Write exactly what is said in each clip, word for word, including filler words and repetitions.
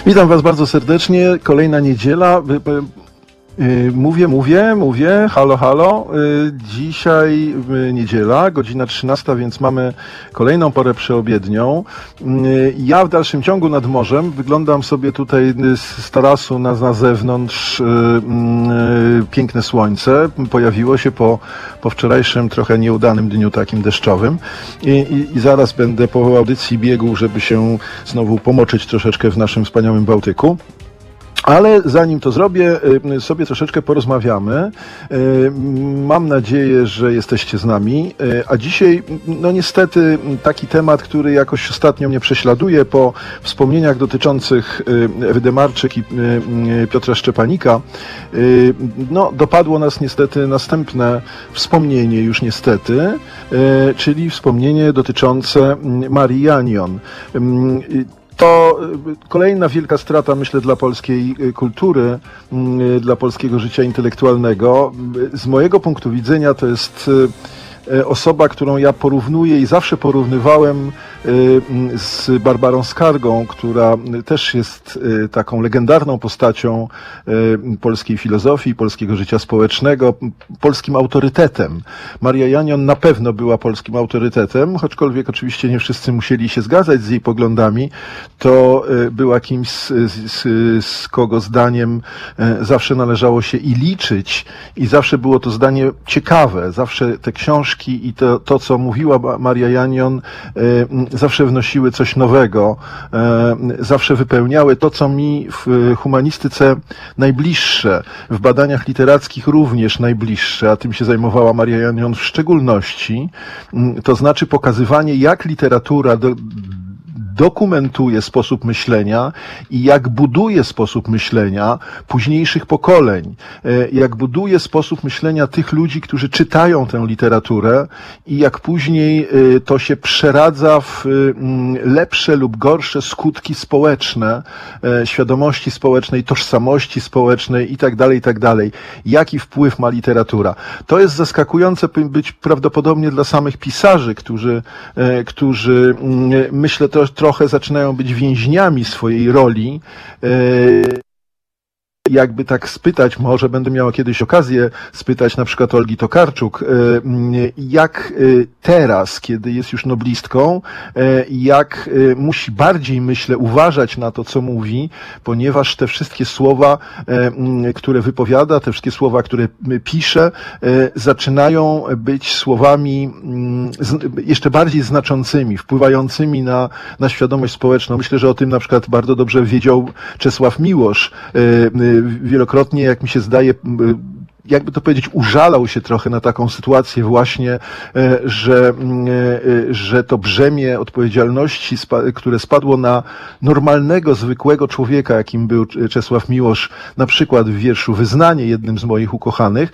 Witam Was bardzo serdecznie. Kolejna niedziela. Mówię, mówię, mówię. Halo, halo. Dzisiaj niedziela, godzina trzynasta, więc mamy kolejną porę przyobiednią. Ja w dalszym ciągu nad morzem wyglądam sobie tutaj z tarasu na, na zewnątrz. Piękne słońce pojawiło się po, po wczorajszym trochę nieudanym dniu takim deszczowym. I, i, I zaraz będę po audycji biegł, żeby się znowu pomoczyć troszeczkę w naszym wspaniałym Bałtyku. Ale zanim to zrobię, sobie troszeczkę porozmawiamy. Mam nadzieję, że jesteście z nami. A dzisiaj, no niestety, taki temat, który jakoś ostatnio mnie prześladuje po wspomnieniach dotyczących Ewy Demarczyk i Piotra Szczepanika. No, dopadło nas niestety następne wspomnienie, już niestety, czyli wspomnienie dotyczące Marii Janion. To kolejna wielka strata, myślę, dla polskiej kultury, dla polskiego życia intelektualnego. Z mojego punktu widzenia to jest osoba, którą ja porównuję i zawsze porównywałem z Barbarą Skargą, która też jest taką legendarną postacią polskiej filozofii, polskiego życia społecznego, polskim autorytetem. Maria Janion na pewno była polskim autorytetem, choćkolwiek oczywiście nie wszyscy musieli się zgadzać z jej poglądami, to była kimś, z, z, z kogo zdaniem zawsze należało się i liczyć, i zawsze było to zdanie ciekawe, zawsze te książki i to, to co mówiła Maria Janion, zawsze wnosiły coś nowego, zawsze wypełniały to, co mi w humanistyce najbliższe, w badaniach literackich również najbliższe, a tym się zajmowała Maria Janion w szczególności, to znaczy pokazywanie, jak literatura do, dokumentuje sposób myślenia i jak buduje sposób myślenia późniejszych pokoleń, jak buduje sposób myślenia tych ludzi, którzy czytają tę literaturę i jak później to się przeradza w lepsze lub gorsze skutki społeczne, świadomości społecznej, tożsamości społecznej i tak dalej, i tak dalej. Jaki wpływ ma literatura? To jest zaskakujące być prawdopodobnie dla samych pisarzy, którzy, którzy myślę, to trochę zaczynają być więźniami swojej roli. Jakby tak spytać, może będę miała kiedyś okazję spytać na przykład Olgi Tokarczuk, jak teraz, kiedy jest już noblistką, jak musi bardziej, myślę, uważać na to, co mówi, ponieważ te wszystkie słowa, które wypowiada, te wszystkie słowa, które pisze, zaczynają być słowami jeszcze bardziej znaczącymi, wpływającymi na, na świadomość społeczną. Myślę, że o tym na przykład bardzo dobrze wiedział Czesław Miłosz. Wielokrotnie, jak mi się zdaje, jakby to powiedzieć, użalał się trochę na taką sytuację właśnie, że, że to brzemię odpowiedzialności, które spadło na normalnego, zwykłego człowieka, jakim był Czesław Miłosz, na przykład w wierszu Wyznanie, jednym z moich ukochanych,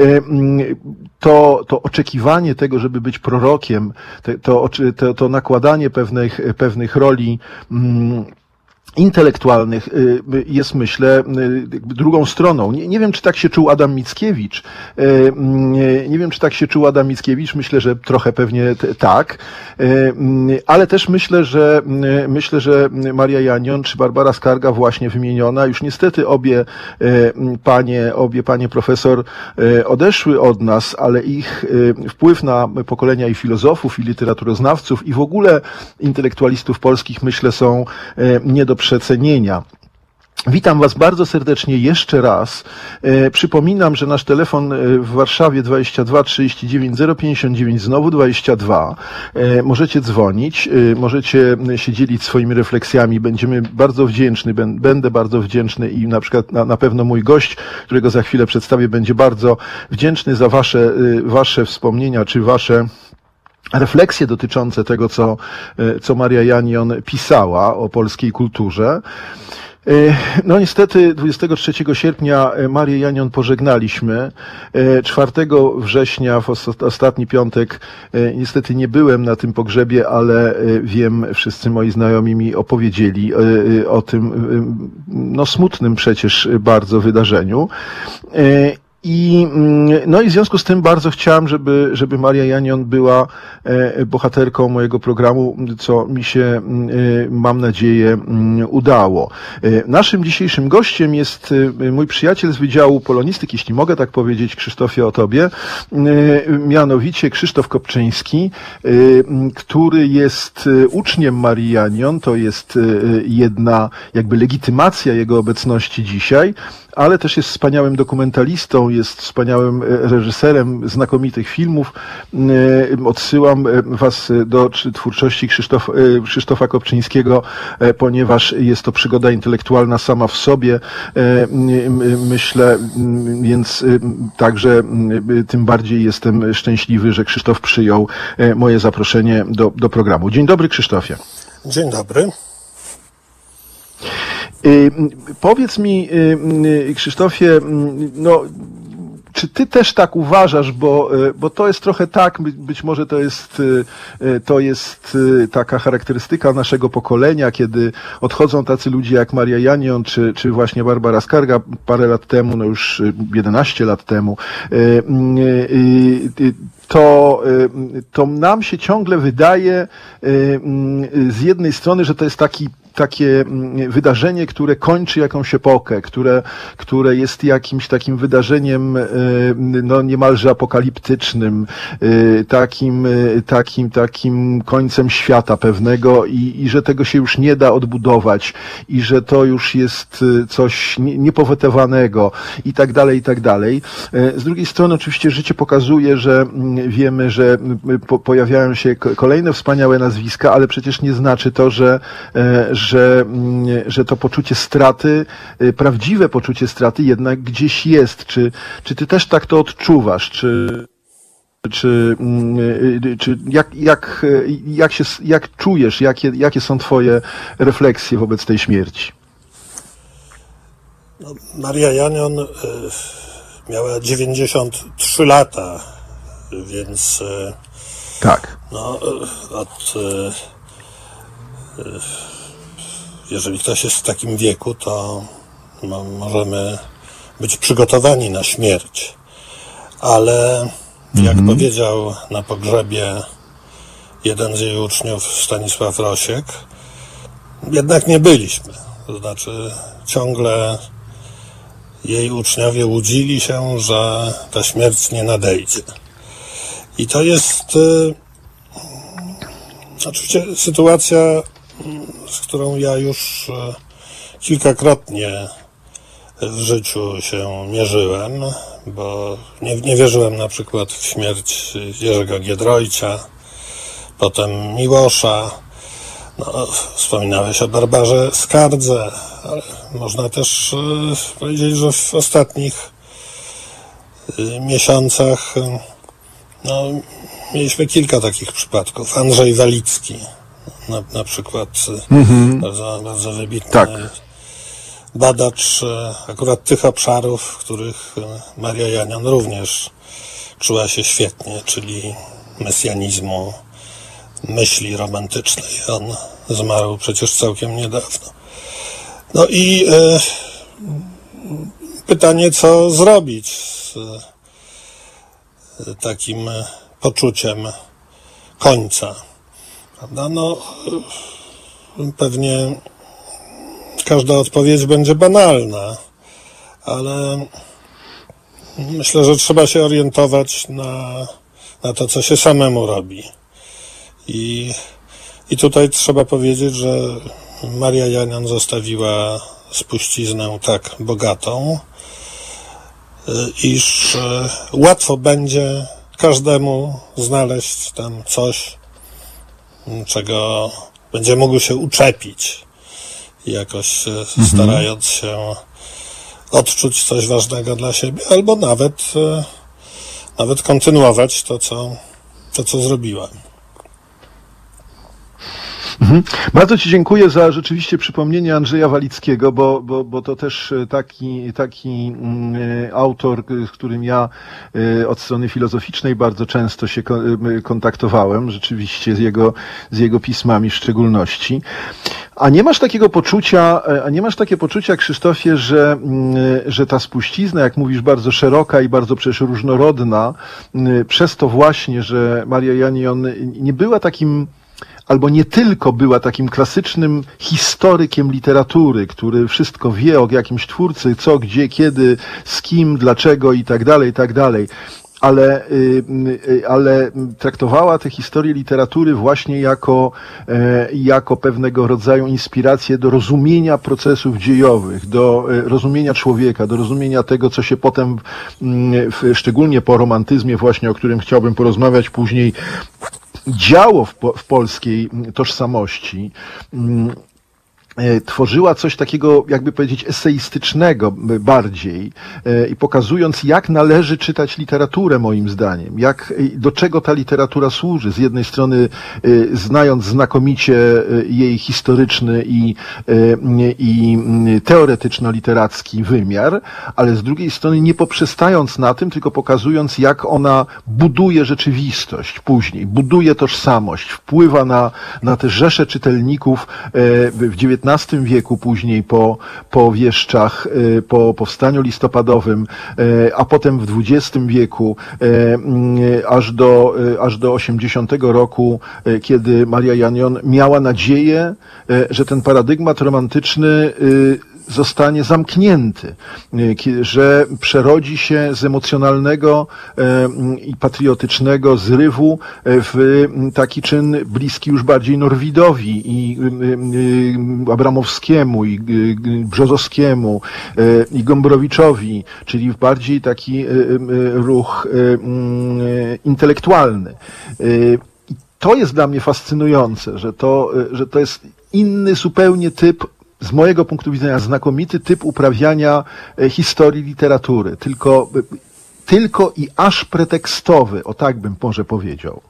to, to oczekiwanie tego, żeby być prorokiem, to, to, to nakładanie pewnych, pewnych roli intelektualnych jest, myślę, drugą stroną. Nie, nie wiem, czy tak się czuł Adam Mickiewicz. Nie wiem, czy tak się czuł Adam Mickiewicz. Myślę, że trochę pewnie tak. Ale też myślę, że myślę, że Maria Janion czy Barbara Skarga właśnie wymieniona, już niestety obie panie, obie panie profesor odeszły od nas, ale ich wpływ na pokolenia i filozofów, i literaturoznawców, i w ogóle intelektualistów polskich, myślę, są nie do przecenienia. Witam Was bardzo serdecznie jeszcze raz. E, przypominam, że nasz telefon w Warszawie dwadzieścia dwa trzydzieści dziewięć zero pięćdziesiąt dziewięć, znowu dwadzieścia dwa. E, możecie dzwonić, e, możecie się dzielić swoimi refleksjami. Będziemy bardzo wdzięczni, ben, będę bardzo wdzięczny i na przykład na, na pewno mój gość, którego za chwilę przedstawię, będzie bardzo wdzięczny za Wasze, e, wasze wspomnienia czy Wasze refleksje dotyczące tego, co, co Maria Janion pisała o polskiej kulturze. No niestety dwudziestego trzeciego sierpnia Marię Janion pożegnaliśmy. czwartego września, w ostatni piątek, niestety nie byłem na tym pogrzebie, ale wiem, wszyscy moi znajomi mi opowiedzieli o tym, no smutnym przecież bardzo wydarzeniu. I, no i w związku z tym bardzo chciałem, żeby, żeby Maria Janion była bohaterką mojego programu, co mi się, mam nadzieję, udało. Naszym dzisiejszym gościem jest mój przyjaciel z Wydziału Polonistyki, jeśli mogę tak powiedzieć, Krzysztofie, o tobie, mianowicie Krzysztof Kopczyński, który jest uczniem Marii Janion, to jest jedna jakby legitymacja jego obecności dzisiaj, ale też jest wspaniałym dokumentalistą, jest wspaniałym reżyserem znakomitych filmów. Odsyłam was do twórczości Krzysztof, Krzysztofa Kopczyńskiego, ponieważ jest to przygoda intelektualna sama w sobie, myślę, więc także tym bardziej jestem szczęśliwy, że Krzysztof przyjął moje zaproszenie do, do programu. Dzień dobry, Krzysztofie. Dzień dobry. Powiedz mi, Krzysztofie, no, czy ty też tak uważasz, bo, bo to jest trochę tak, być może to jest, to jest taka charakterystyka naszego pokolenia, kiedy odchodzą tacy ludzie jak Maria Janion, czy, czy właśnie Barbara Skarga parę lat temu, no już jedenaście lat temu, to, to nam się ciągle wydaje z jednej strony, że to jest taki takie wydarzenie, które kończy jakąś epokę, które, które jest jakimś takim wydarzeniem no niemalże apokaliptycznym, takim, takim, takim końcem świata pewnego i, i że tego się już nie da odbudować i że to już jest coś niepowetowanego i tak dalej, i tak dalej. Z drugiej strony oczywiście życie pokazuje, że wiemy, że po, pojawiają się kolejne wspaniałe nazwiska, ale przecież nie znaczy to, że, że, że to poczucie straty, prawdziwe poczucie straty jednak gdzieś jest. Czy, czy ty też tak to odczuwasz? Czy, czy, czy jak, jak, jak, się, jak czujesz, jakie, jakie są twoje refleksje wobec tej śmierci? No, Maria Janion y, miała dziewięćdziesiąt trzy lata, więc y, tak. No, od, y, y, jeżeli ktoś jest w takim wieku, to no, możemy być przygotowani na śmierć. Ale jak mm-hmm. powiedział na pogrzebie jeden z jej uczniów, Stanisław Rosiek, jednak nie byliśmy. To znaczy ciągle jej uczniowie łudzili się, że ta śmierć nie nadejdzie. I to jest y, oczywiście sytuacja, z którą ja już y, kilkakrotnie w życiu się mierzyłem, bo nie, nie wierzyłem na przykład w śmierć Jerzego Giedroycia, potem Miłosza. No, wspominałeś o Barbarze Skardze, ale można też y, powiedzieć, że w ostatnich y, miesiącach y, no, mieliśmy kilka takich przypadków. Andrzej Walicki, na, na przykład mm-hmm. bardzo, bardzo wybitny tak. badacz akurat tych obszarów, w których Maria Janion również czuła się świetnie, czyli mesjanizmu, myśli romantycznej. On zmarł przecież całkiem niedawno. No i e, pytanie, co zrobić z e, takim poczuciem końca. Prawda? No, e, pewnie każda odpowiedź będzie banalna, ale myślę, że trzeba się orientować na, na to, co się samemu robi. I, I tutaj trzeba powiedzieć, że Maria Janion zostawiła spuściznę tak bogatą, iż łatwo będzie każdemu znaleźć tam coś, czego będzie mógł się uczepić, jakoś mhm. starając się odczuć coś ważnego dla siebie, albo nawet, nawet kontynuować to, co, to, co zrobiła. Mhm. Bardzo Ci dziękuję za rzeczywiście przypomnienie Andrzeja Walickiego, bo, bo, bo to też taki, taki y, autor, z którym ja y, od strony filozoficznej bardzo często się ko- y, kontaktowałem, rzeczywiście z jego, z jego pismami w szczególności. A nie masz takiego poczucia, a nie masz takie poczucia, Krzysztofie, że, y, że ta spuścizna, jak mówisz, bardzo szeroka i bardzo przecież różnorodna, y, przez to właśnie, że Maria Janion nie była takim albo nie tylko była takim klasycznym historykiem literatury, który wszystko wie o jakimś twórcy, co, gdzie, kiedy, z kim, dlaczego i tak dalej, i tak dalej. Ale, ale traktowała tę historię literatury właśnie jako, jako pewnego rodzaju inspirację do rozumienia procesów dziejowych, do rozumienia człowieka, do rozumienia tego, co się potem, szczególnie po romantyzmie właśnie, o którym chciałbym porozmawiać później, działo w, po, w polskiej tożsamości. Tworzyła coś takiego, jakby powiedzieć, eseistycznego bardziej i pokazując, jak należy czytać literaturę, moim zdaniem, jak, do czego ta literatura służy. Z jednej strony znając znakomicie jej historyczny i, i teoretyczno-literacki wymiar, ale z drugiej strony nie poprzestając na tym, tylko pokazując, jak ona buduje rzeczywistość później, buduje tożsamość, wpływa na, na te rzesze czytelników w dziewiętnastym wieku, później po, po wieszczach, po powstaniu listopadowym, a potem w dwudziestym wieku, aż do, aż do osiemdziesiątego roku, kiedy Maria Janion miała nadzieję, że ten paradygmat romantyczny zostanie zamknięty, że przerodzi się z emocjonalnego i patriotycznego zrywu w taki czyn bliski już bardziej Norwidowi i Abramowskiemu i Brzozowskiemu i Gombrowiczowi, czyli w bardziej taki ruch intelektualny. I to jest dla mnie fascynujące, że to, że to jest inny zupełnie typ, z mojego punktu widzenia, znakomity typ uprawiania historii literatury, tylko, tylko i aż pretekstowy, o tak bym może powiedział.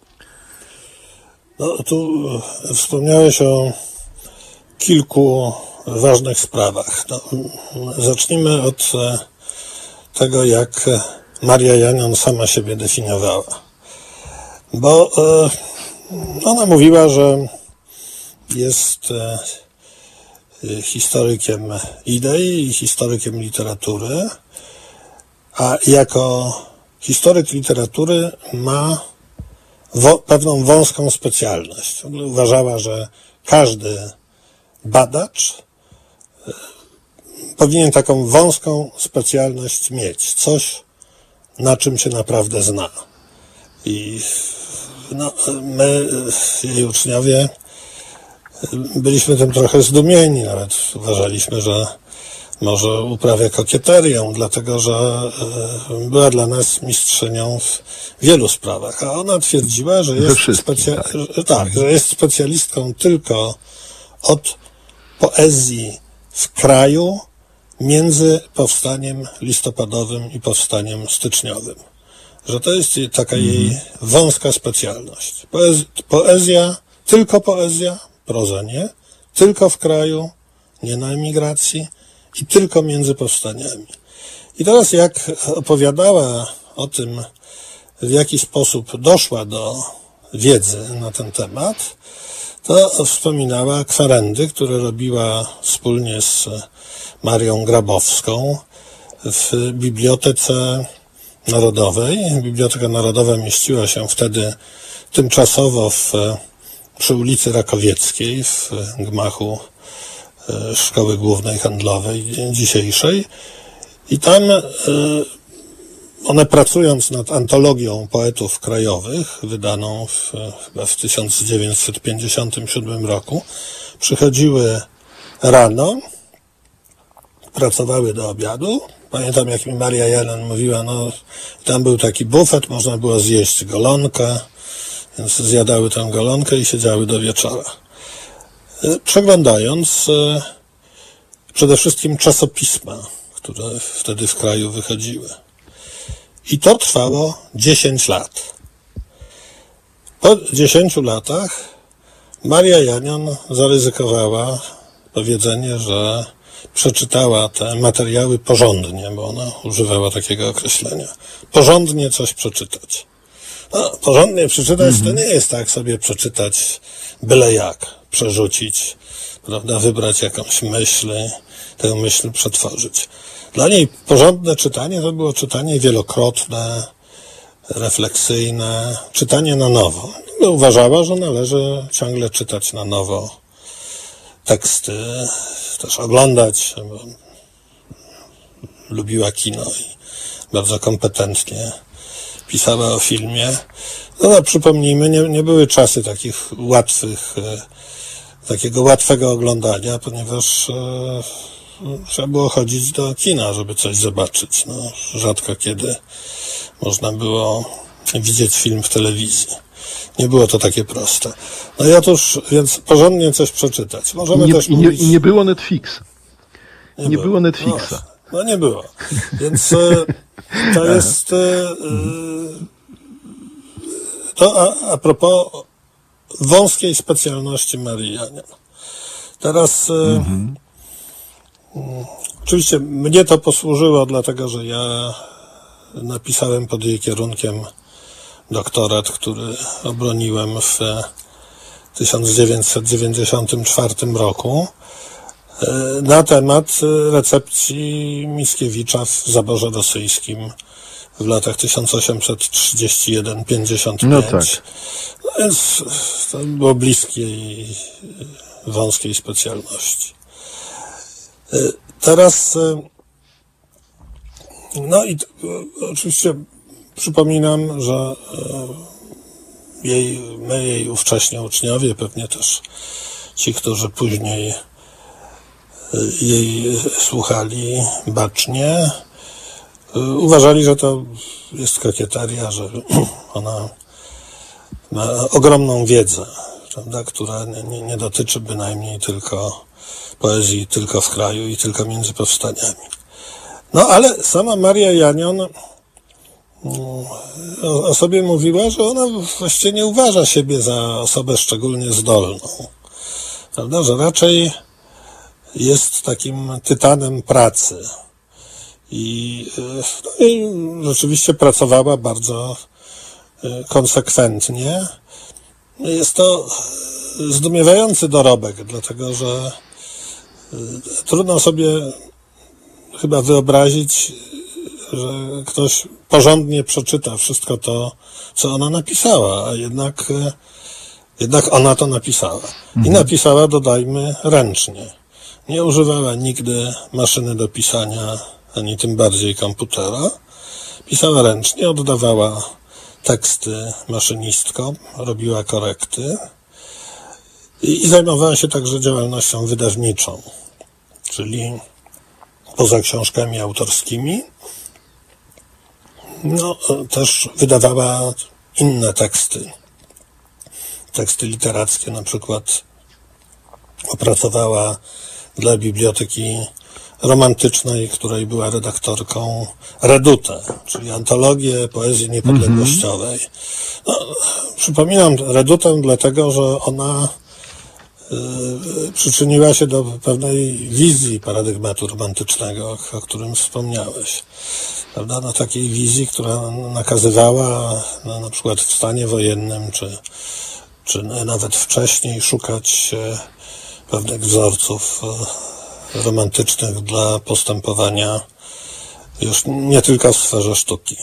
No, tu wspomniałeś o kilku ważnych sprawach. No, zacznijmy od tego, jak Maria Janion sama siebie definiowała. Bo ona mówiła, że jest historykiem idei i historykiem literatury, a jako historyk literatury ma wo- pewną wąską specjalność. Uważała, że każdy badacz powinien taką wąską specjalność mieć. Coś, na czym się naprawdę zna. I no, my, jej uczniowie, byliśmy tym trochę zdumieni, nawet uważaliśmy, że może uprawia kokieterię, dlatego że była dla nas mistrzynią w wielu sprawach, a ona twierdziła, że jest, specja- że, tak, że jest specjalistką tylko od poezji w kraju między powstaniem listopadowym i powstaniem styczniowym. Że to jest taka mm. jej wąska specjalność. Poez- poezja, tylko poezja, proza nie, tylko w kraju, nie na emigracji i tylko między powstaniami. I teraz jak opowiadała o tym, w jaki sposób doszła do wiedzy na ten temat, to wspominała kwerendy, które robiła wspólnie z Marią Grabowską w Bibliotece Narodowej. Biblioteka Narodowa mieściła się wtedy tymczasowo w, przy ulicy Rakowieckiej, w gmachu Szkoły Głównej Handlowej dzisiejszej. I tam one, pracując nad antologią poetów krajowych, wydaną w, chyba w tysiąc dziewięćset pięćdziesiątym siódmym roku, przychodziły rano, pracowały do obiadu. Pamiętam, jak mi Maria Janion mówiła, no tam był taki bufet, można było zjeść golonkę, więc zjadały tę golonkę i siedziały do wieczora. Przeglądając przede wszystkim czasopisma, które wtedy w kraju wychodziły. I to trwało dziesięć lat. Po dziesięciu latach Maria Janion zaryzykowała powiedzenie, że przeczytała te materiały porządnie, bo ona używała takiego określenia. Porządnie coś przeczytać. No, porządnie przeczytać to nie jest tak sobie przeczytać byle jak, przerzucić, prawda, wybrać jakąś myśl, tę myśl przetworzyć. Dla niej porządne czytanie to było czytanie wielokrotne, refleksyjne, czytanie na nowo. No, uważała, że należy ciągle czytać na nowo teksty, też oglądać, bo lubiła kino i bardzo kompetentnie pisała o filmie. No, no przypomnijmy, nie, nie były czasy takich łatwych, e, takiego łatwego oglądania, ponieważ e, trzeba było chodzić do kina, żeby coś zobaczyć. No, rzadko kiedy można było widzieć film w telewizji. Nie było to takie proste. No i otóż, więc porządnie coś przeczytać. Możemy I nie, też i nie, mówić... I nie było Netflixa. Nie, nie było. było Netflixa. No, no nie było. Więc e, to jest... E, to a, a propos wąskiej specjalności Marii Janion. Teraz... E, mhm. Oczywiście mnie to posłużyło, dlatego że ja napisałem pod jej kierunkiem doktorat, który obroniłem w tysiąc dziewięćset dziewięćdziesiątym czwartym roku na temat recepcji Mickiewicza w zaborze rosyjskim w latach tysiąc osiemset trzydziesty jeden do pięćdziesiątego piątego. No tak. No więc to było bliskiej, wąskiej specjalności. Teraz, no i oczywiście przypominam, że jej, my, jej ówcześni uczniowie, pewnie też ci, którzy później jej słuchali bacznie, uważali, że to jest kokieteria, że ona ma ogromną wiedzę, prawda, która nie, nie dotyczy bynajmniej tylko poezji, tylko w kraju i tylko między powstaniami. No ale sama Maria Janion o, o sobie mówiła, że ona właściwie nie uważa siebie za osobę szczególnie zdolną. Prawda, że raczej jest takim tytanem pracy. I, no i rzeczywiście pracowała bardzo konsekwentnie. Jest to zdumiewający dorobek, dlatego że trudno sobie chyba wyobrazić, że ktoś porządnie przeczyta wszystko to, co ona napisała, a jednak, jednak ona to napisała. I napisała, dodajmy, ręcznie. Nie używała nigdy maszyny do pisania, ani tym bardziej komputera. Pisała ręcznie, oddawała teksty maszynistkom, robiła korekty i, i zajmowała się także działalnością wydawniczą, czyli poza książkami autorskimi, no, też wydawała inne teksty, teksty literackie, na przykład opracowała dla Biblioteki Romantycznej, której była redaktorką, Redutę, czyli antologię poezji niepodległościowej. No, przypominam Redutę dlatego, że ona y, przyczyniła się do pewnej wizji paradygmatu romantycznego, o którym wspomniałeś. Prawda? No, takiej wizji, która nakazywała no, na przykład w stanie wojennym, czy, czy nawet wcześniej szukać pewnych wzorców romantycznych dla postępowania już nie tylko w sferze sztuki.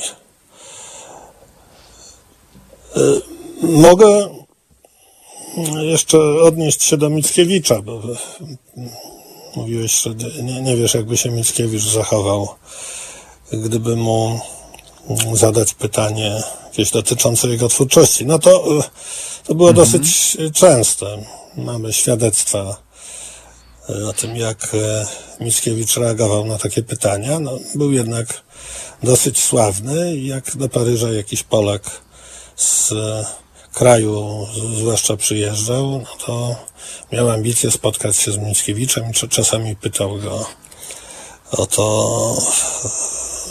Mogę jeszcze odnieść się do Mickiewicza, bo mówiłeś, że nie, nie wiesz, jakby się Mickiewicz zachował, gdyby mu zadać pytanie jakieś dotyczące jego twórczości. No to, to było mhm. dosyć częste. Mamy świadectwa o tym, jak Mickiewicz reagował na takie pytania. No, był jednak dosyć sławny i jak do Paryża jakiś Polak z kraju zwłaszcza przyjeżdżał, no to miał ambicje spotkać się z Mickiewiczem i czasami pytał go o to,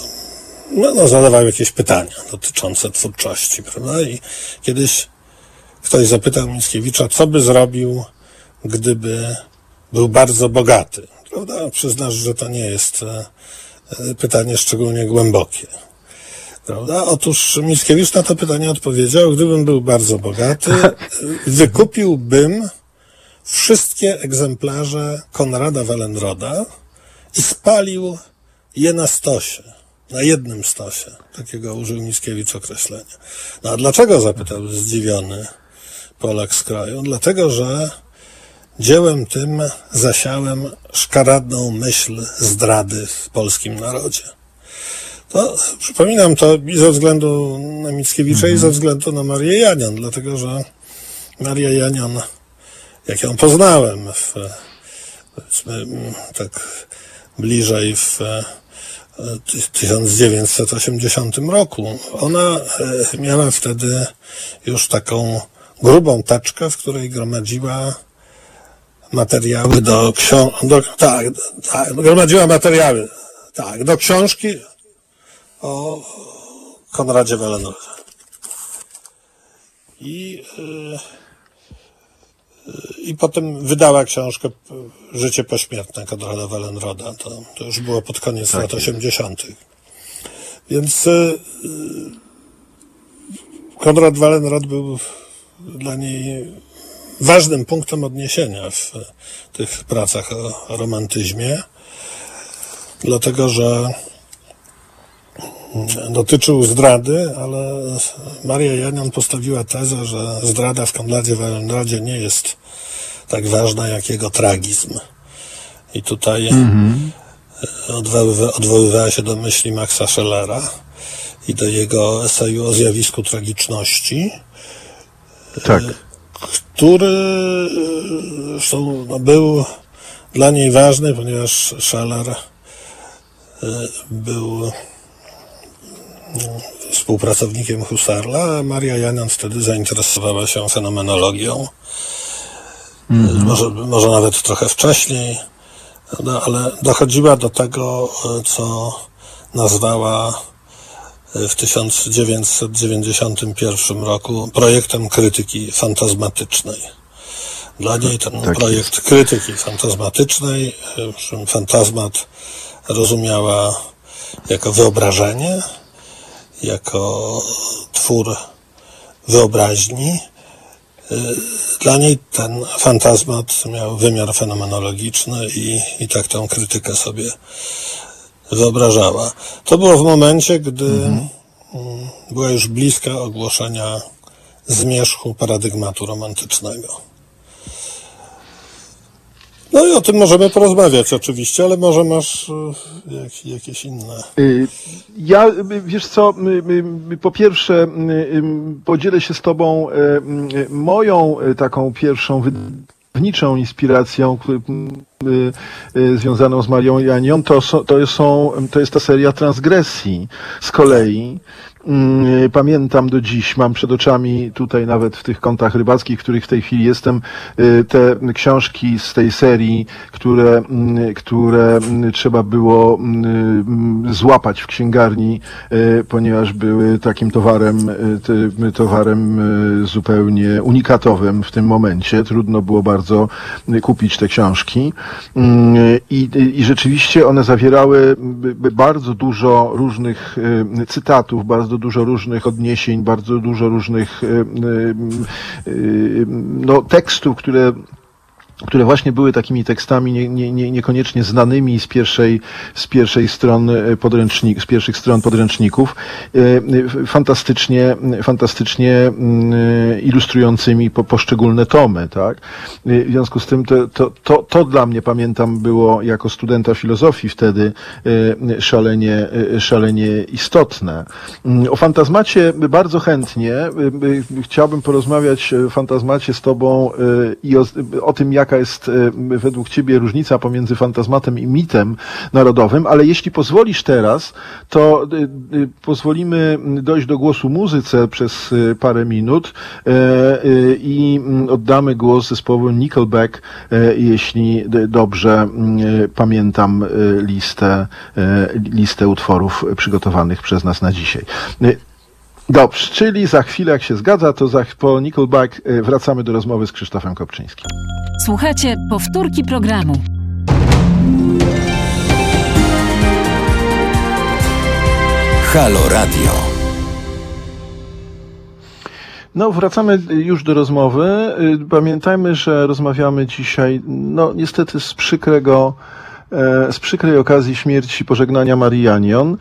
no, no zadawał jakieś pytania dotyczące twórczości, prawda? I kiedyś ktoś zapytał Mickiewicza, co by zrobił, gdyby był bardzo bogaty. Prawda? Przyznasz, że to nie jest pytanie szczególnie głębokie. Prawda? Otóż Mickiewicz na to pytanie odpowiedział, gdybym był bardzo bogaty, wykupiłbym wszystkie egzemplarze Konrada Wallenroda i spalił je na stosie, na jednym stosie. Takiego użył Mickiewicz określenia. No a dlaczego, zapytał zdziwiony Polak z kraju? Dlatego, że dziełem tym zasiałem szkaradną myśl zdrady w polskim narodzie. To przypominam to i ze względu na Mickiewicza, mm-hmm. i ze względu na Marię Janion, dlatego że Maria Janion, jak ją poznałem w, powiedzmy, tak bliżej w tysiąc dziewięćset osiemdziesiątym roku, ona miała wtedy już taką grubą teczkę, w której gromadziła materiały do książki, tak, tak, gromadziła materiały, tak, do książki o Konradzie Wallenrodzie. I, yy, I potem wydała książkę Życie pośmiertne Konrada Wallenroda. To, to już było pod koniec tak lat osiemdziesiątych. Więc yy, Konrad Wallenrod był dla niej ważnym punktem odniesienia w tych pracach o, o romantyzmie, dlatego że dotyczył zdrady, ale Maria Janion postawiła tezę, że zdrada w Konradzie Wallenrodzie nie jest tak ważna jak jego tragizm. I tutaj mm-hmm. odwoływa, odwoływała się do myśli Maxa Schellera i do jego eseju o zjawisku tragiczności, tak. który zresztą no, był dla niej ważny, ponieważ Scheller był współpracownikiem Husserla, a Maria Janion wtedy zainteresowała się fenomenologią. Mm-hmm. Może, może nawet trochę wcześniej, no, ale dochodziła do tego, co nazwała w tysiąc dziewięćset dziewięćdziesiątym pierwszym roku projektem krytyki fantazmatycznej. Dla niej ten tak projekt jest. krytyki fantazmatycznej, fantazmat rozumiała jako wyobrażenie, jako twór wyobraźni. Dla niej ten fantazmat miał wymiar fenomenologiczny i, i tak tę krytykę sobie wyobrażała. To było w momencie, gdy mhm. była już bliska ogłoszenia zmierzchu paradygmatu romantycznego. No i o tym możemy porozmawiać oczywiście, ale może masz jak, jakieś inne... Ja, wiesz co, po pierwsze podzielę się z tobą moją taką pierwszą wydawniczą inspiracją związaną z Marią Janion, to, to, są, to jest ta seria Transgresji z kolei. Pamiętam do dziś, mam przed oczami tutaj nawet w tych kątach rybackich, w których w tej chwili jestem, te książki z tej serii, które, które trzeba było złapać w księgarni, ponieważ były takim towarem, towarem zupełnie unikatowym w tym momencie. Trudno było bardzo kupić te książki. I, i rzeczywiście one zawierały bardzo dużo różnych cytatów, bardzo dużo różnych odniesień, bardzo dużo różnych no, tekstów, które które właśnie były takimi tekstami nie, nie, nie, niekoniecznie znanymi z pierwszej, z pierwszej stron podręcznik, z pierwszych stron podręczników, fantastycznie, fantastycznie ilustrującymi po, poszczególne tomy, tak? W związku z tym to, to, to, to dla mnie, pamiętam, było jako studenta filozofii wtedy szalenie, szalenie istotne. O fantazmacie bardzo chętnie chciałbym porozmawiać o fantazmacie z tobą i o, o tym, jak jaka jest według ciebie różnica pomiędzy fantazmatem i mitem narodowym, ale jeśli pozwolisz teraz, to pozwolimy dojść do głosu muzyce przez parę minut i oddamy głos zespołowi Nickelback, jeśli dobrze pamiętam listę, listę utworów przygotowanych przez nas na dzisiaj. Dobrze, czyli za chwilę, jak się zgadza, to za, po Nickelback y, wracamy do rozmowy z Krzysztofem Kopczyńskim. Słuchajcie powtórki programu. Halo Radio. No, wracamy już do rozmowy. Pamiętajmy, że rozmawiamy dzisiaj, no niestety z przykrego, z przykrej okazji śmierci pożegnania Marii Anion.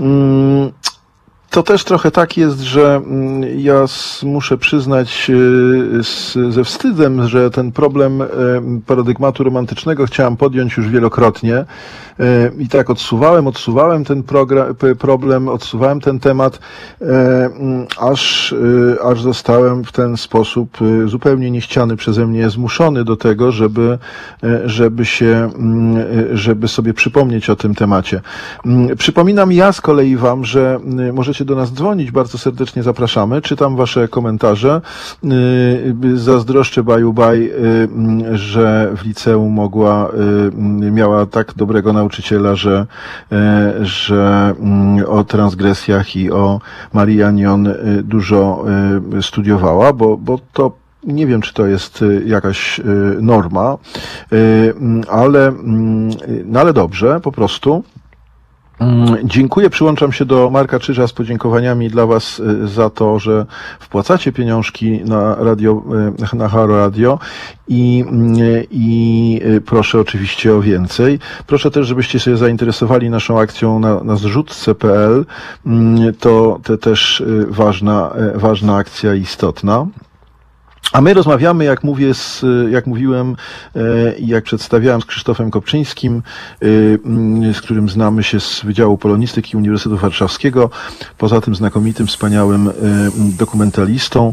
To też trochę tak jest, że ja muszę przyznać z, ze wstydem, że ten problem paradygmatu romantycznego chciałem podjąć już wielokrotnie i tak odsuwałem, odsuwałem ten problem, odsuwałem ten temat, aż, aż zostałem w ten sposób zupełnie niechciany przeze mnie zmuszony do tego, żeby, żeby się, żeby sobie przypomnieć o tym temacie. Przypominam ja z kolei wam, że możecie do nas dzwonić, bardzo serdecznie zapraszamy. Czytam wasze komentarze. Zazdroszczę Baju Baj, że w liceum mogła, miała tak dobrego nauczyciela, że, że o transgresjach i o Marii Anion dużo studiowała, bo, bo to nie wiem, czy to jest jakaś norma, ale, no ale dobrze, po prostu. Dziękuję, przyłączam się do Marka Czyża z podziękowaniami dla was za to, że wpłacacie pieniążki na radio, na Halo Radio i, i proszę oczywiście o więcej. Proszę też, żebyście się zainteresowali naszą akcją na, na zrzutce kropka pe el. To, to też ważna, ważna akcja, istotna. A my rozmawiamy, jak mówię, z, jak mówiłem i jak przedstawiałem, z Krzysztofem Kopczyńskim, z którym znamy się z Wydziału Polonistyki Uniwersytetu Warszawskiego, poza tym znakomitym, wspaniałym dokumentalistą,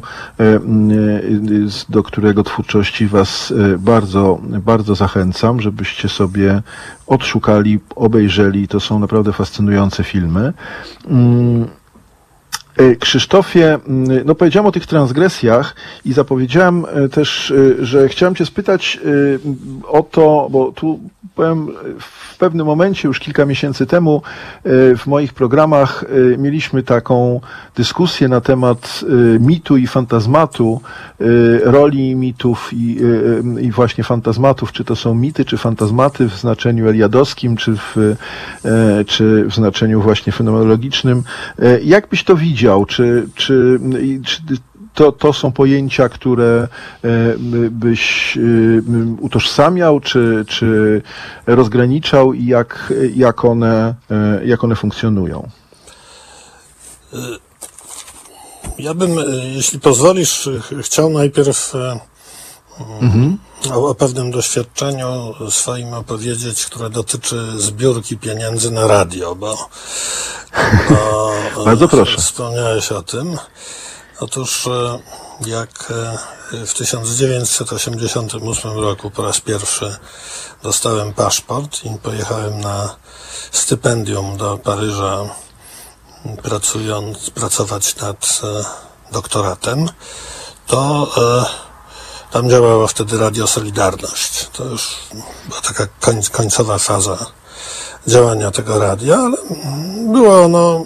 do którego twórczości was bardzo, bardzo zachęcam, żebyście sobie odszukali, obejrzeli. To są naprawdę fascynujące filmy. Krzysztofie, no powiedziałem o tych transgresjach i zapowiedziałem też, że chciałem cię spytać o to, bo tu powiem, w pewnym momencie, już kilka miesięcy temu, w moich programach mieliśmy taką dyskusję na temat mitu i fantazmatu, roli mitów i, i właśnie fantazmatów, czy to są mity, czy fantazmaty w znaczeniu eliadowskim, czy w, czy w znaczeniu właśnie fenomenologicznym. Jak byś to widział? Czy, czy, czy to, to są pojęcia, które byś utożsamiał, czy, czy rozgraniczał i jak, jak, one, jak one funkcjonują? Ja bym, jeśli pozwolisz, chciał najpierw mhm. o, o pewnym doświadczeniu swoim opowiedzieć, które dotyczy zbiórki pieniędzy na radio, bo, bo bardzo proszę. Wspomniałeś o tym. Otóż jak w tysiąc dziewięćset osiemdziesiątym ósmym roku po raz pierwszy dostałem paszport i pojechałem na stypendium do Paryża, pracując, pracować nad doktoratem, to tam działało wtedy Radio Solidarność. To już była taka koń, końcowa faza działania tego radia, ale było ono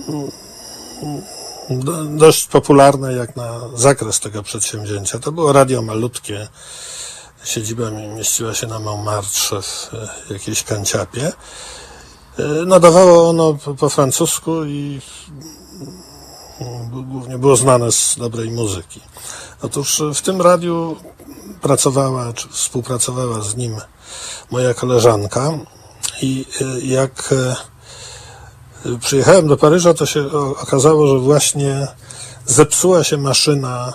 dość popularne jak na zakres tego przedsięwzięcia. To było radio malutkie. Siedziba mieściła się na Montmartre w jakiejś kanciapie. Nadawało ono po, po francusku i głównie było znane z dobrej muzyki. Otóż w tym radiu pracowała, czy współpracowała z nim moja koleżanka i jak przyjechałem do Paryża, to się okazało, że właśnie zepsuła się maszyna,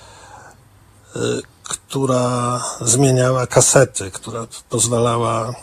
która zmieniała kasety, która pozwalała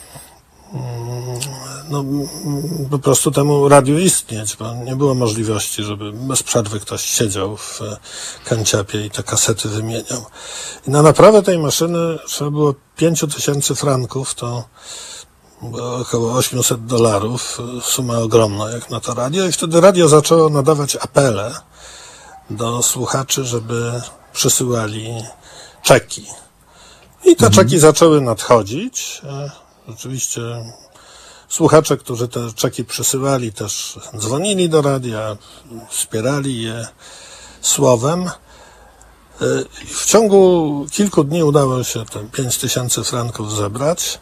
no, po prostu temu radiu istnieć, bo nie było możliwości, żeby bez przerwy ktoś siedział w kanciapie i te kasety wymieniał. I na naprawę tej maszyny trzeba było pięć tysięcy franków, to było około osiemset dolarów, suma ogromna jak na to radio, i wtedy radio zaczęło nadawać apele do słuchaczy, żeby przysyłali czeki. I te mhm. czeki zaczęły nadchodzić. Rzeczywiście słuchacze, którzy te czeki przysyłali, też dzwonili do radia, wspierali je słowem. W ciągu kilku dni udało się te pięć tysięcy franków zebrać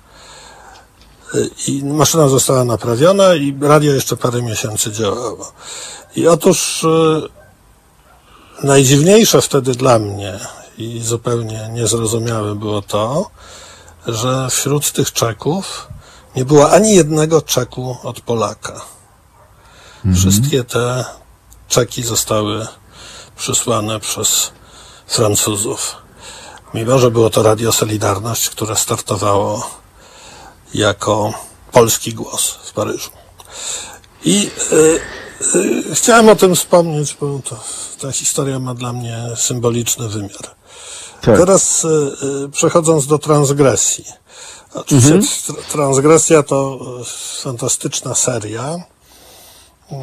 i maszyna została naprawiona i radio jeszcze parę miesięcy działało. I otóż najdziwniejsze wtedy dla mnie i zupełnie niezrozumiałe było to, że wśród tych czeków nie było ani jednego czeku od Polaka. Mhm. Wszystkie te czeki zostały przysłane przez Francuzów. Mimo że było to Radio Solidarność, które startowało jako polski głos w Paryżu. I y, y, chciałem o tym wspomnieć, bo to, ta historia ma dla mnie symboliczny wymiar. Tak. Teraz y, y, przechodząc do transgresji. Oczywiście mhm. tr- transgresja to y, fantastyczna seria, y,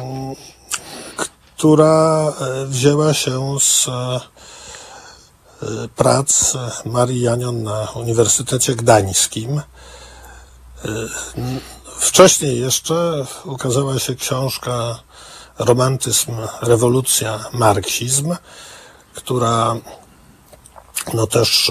która y, wzięła się z y, prac Marii Janion na Uniwersytecie Gdańskim. Wcześniej jeszcze ukazała się książka Romantyzm, rewolucja, marksizm, która no też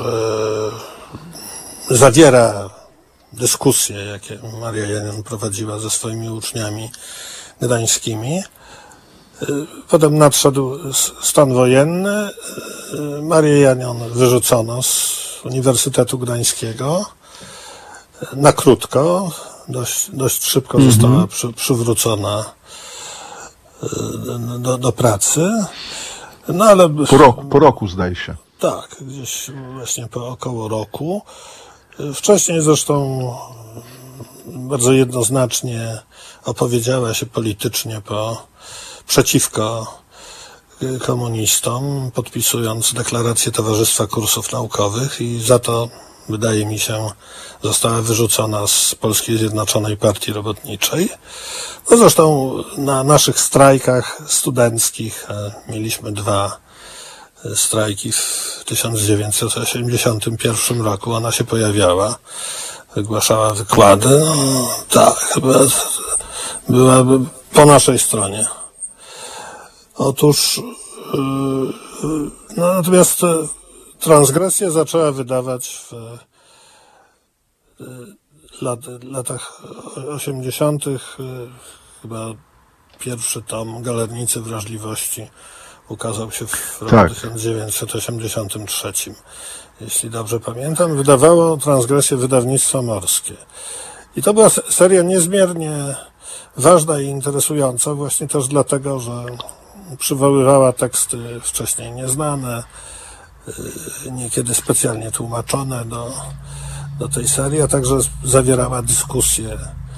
e, zawiera dyskusje, jakie Maria Janion prowadziła ze swoimi uczniami gdańskimi. Potem nadszedł stan wojenny. Marię Janion wyrzucono z Uniwersytetu Gdańskiego na krótko. Dość, dość szybko mm-hmm. została przy, przywrócona do, do pracy. No ale... Po roku, po roku zdaje się. Tak, gdzieś właśnie po około roku. Wcześniej zresztą bardzo jednoznacznie opowiedziała się politycznie po przeciwko komunistom, podpisując deklarację Towarzystwa Kursów Naukowych i za to, wydaje mi się, została wyrzucona z Polskiej Zjednoczonej Partii Robotniczej. No zresztą na naszych strajkach studenckich mieliśmy dwa strajki w tysiąc dziewięćset osiemdziesiątym pierwszym roku. Ona się pojawiała, wygłaszała wykłady. No, tak, była, była po naszej stronie. Otóż no, natomiast transgresję zaczęła wydawać w lat, latach osiemdziesiątych. Chyba pierwszy tom Galernicy Wrażliwości ukazał się w roku tak. tysiąc dziewięćset osiemdziesiątym trzecim. Jeśli dobrze pamiętam, wydawało transgresję wydawnictwo morskie. I to była seria niezmiernie ważna i interesująca właśnie też dlatego, że przywoływała teksty wcześniej nieznane, niekiedy specjalnie tłumaczone do, do tej serii, a także zawierała dyskusje.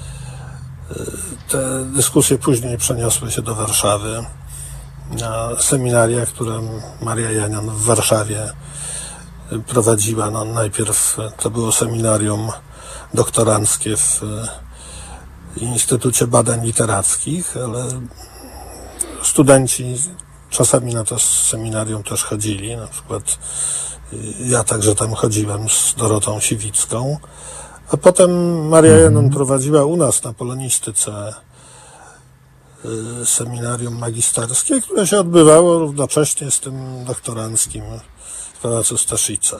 Te dyskusje później przeniosły się do Warszawy na seminaria, które Maria Janion w Warszawie prowadziła. No, najpierw to było seminarium doktoranckie w Instytucie Badań Literackich, ale studenci czasami na to seminarium też chodzili. Na przykład ja także tam chodziłem z Dorotą Siwicką. A potem Maria Janion prowadziła u nas na polonistyce seminarium magisterskie, które się odbywało równocześnie z tym doktoranckim w Pałacu Staszica.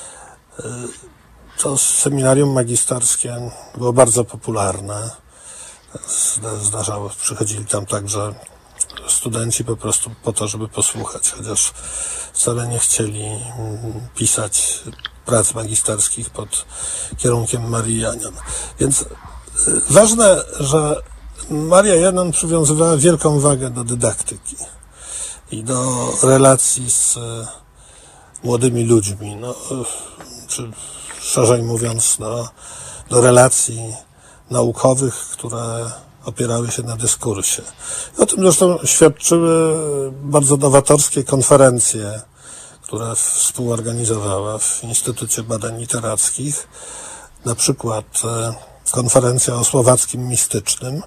To seminarium magisterskie było bardzo popularne. Zdarzało, przychodzili tam także studenci po prostu po to, żeby posłuchać, chociaż wcale nie chcieli pisać prac magisterskich pod kierunkiem Marii Janion. Więc ważne, że Maria Janion przywiązywała wielką wagę do dydaktyki i do relacji z młodymi ludźmi, no, czy szerzej mówiąc, do, do relacji naukowych, które opierały się na dyskursie. I o tym zresztą świadczyły bardzo nowatorskie konferencje, które współorganizowała w Instytucie Badań Literackich. Na przykład konferencja o słowackim mistycznym,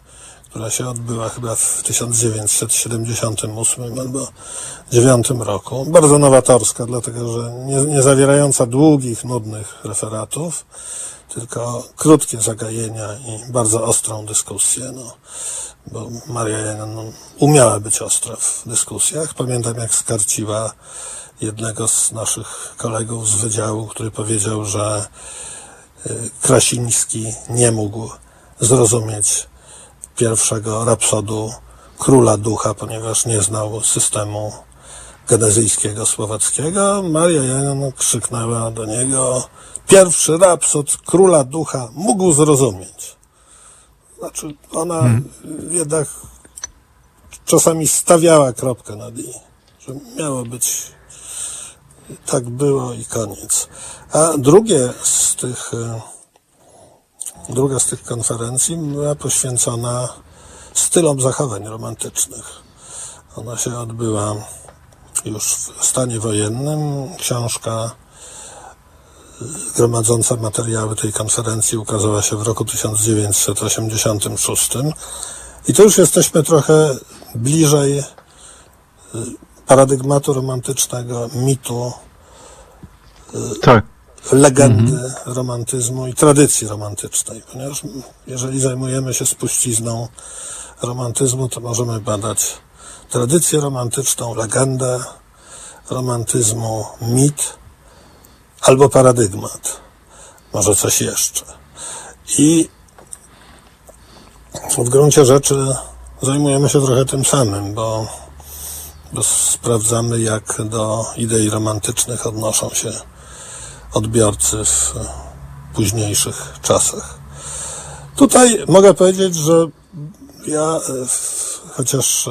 która się odbyła chyba w tysiąc dziewięćset siedemdziesiątym ósmym albo dziewiątym roku. Bardzo nowatorska, dlatego że nie, nie zawierająca długich, nudnych referatów, tylko krótkie zagajenia i bardzo ostrą dyskusję. No, bo Maria Janion no, umiała być ostra w dyskusjach. Pamiętam, jak skarciła jednego z naszych kolegów z wydziału, który powiedział, że Krasiński nie mógł zrozumieć pierwszego rapsodu Króla Ducha, ponieważ nie znał systemu genezyjskiego słowackiego. Maria Janion krzyknęła do niego: pierwszy rapsod Króla Ducha mógł zrozumieć. Znaczy, ona hmm. jednak czasami stawiała kropkę nad i, że miało być tak było i koniec. A drugie z tych, druga z tych konferencji była poświęcona stylom zachowań romantycznych. Ona się odbyła już w stanie wojennym. Książka gromadząca materiały tej konferencji ukazała się w roku tysiąc dziewięćset osiemdziesiątym szóstym. I tu już jesteśmy trochę bliżej paradygmatu romantycznego, mitu, tak. legendy mhm. romantyzmu i tradycji romantycznej, ponieważ jeżeli zajmujemy się spuścizną romantyzmu, to możemy badać tradycję romantyczną, legendę romantyzmu, mit albo paradygmat, może coś jeszcze. I w gruncie rzeczy zajmujemy się trochę tym samym, bo, bo sprawdzamy, jak do idei romantycznych odnoszą się odbiorcy w późniejszych czasach. Tutaj mogę powiedzieć, że ja chociaż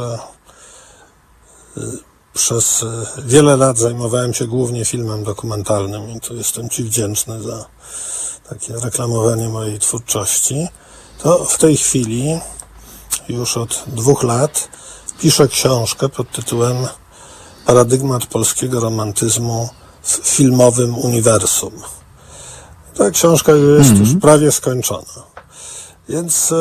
przez wiele lat zajmowałem się głównie filmem dokumentalnym i tu jestem Ci wdzięczny za takie reklamowanie mojej twórczości, to w tej chwili już od dwóch lat piszę książkę pod tytułem Paradygmat polskiego romantyzmu w filmowym uniwersum. Ta książka jest mm-hmm. już prawie skończona. Więc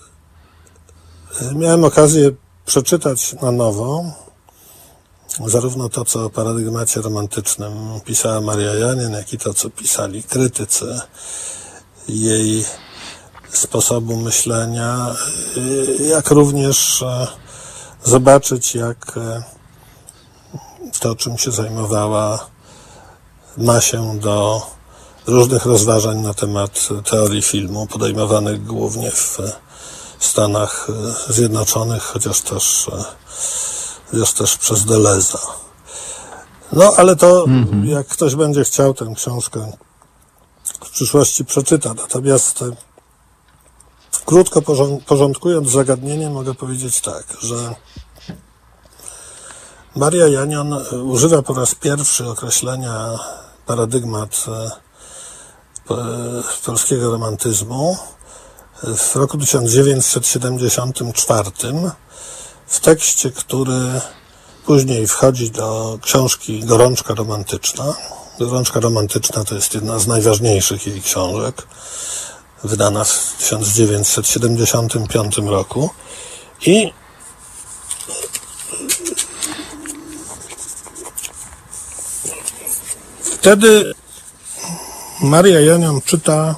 e, miałem okazję przeczytać na nowo zarówno to, co o paradygmacie romantycznym pisała Maria Janion, jak i to, co pisali krytycy jej sposobu myślenia, jak również e, zobaczyć, jak e, to, czym się zajmowała, ma się do różnych rozważań na temat teorii filmu, podejmowanych głównie w Stanach Zjednoczonych, chociaż też, chociaż też przez Deleuza. No, ale to, mm-hmm. jak ktoś będzie chciał, tę książkę w przyszłości przeczyta. Natomiast krótko porządkując zagadnienie, mogę powiedzieć tak, że Maria Janion używa po raz pierwszy określenia paradygmat polskiego romantyzmu w roku tysiąc dziewięćset siedemdziesiątym czwartym w tekście, który później wchodzi do książki Gorączka romantyczna. Gorączka romantyczna to jest jedna z najważniejszych jej książek, wydana w tysiąc dziewięćset siedemdziesiątym piątym roku i wtedy Maria Janion czyta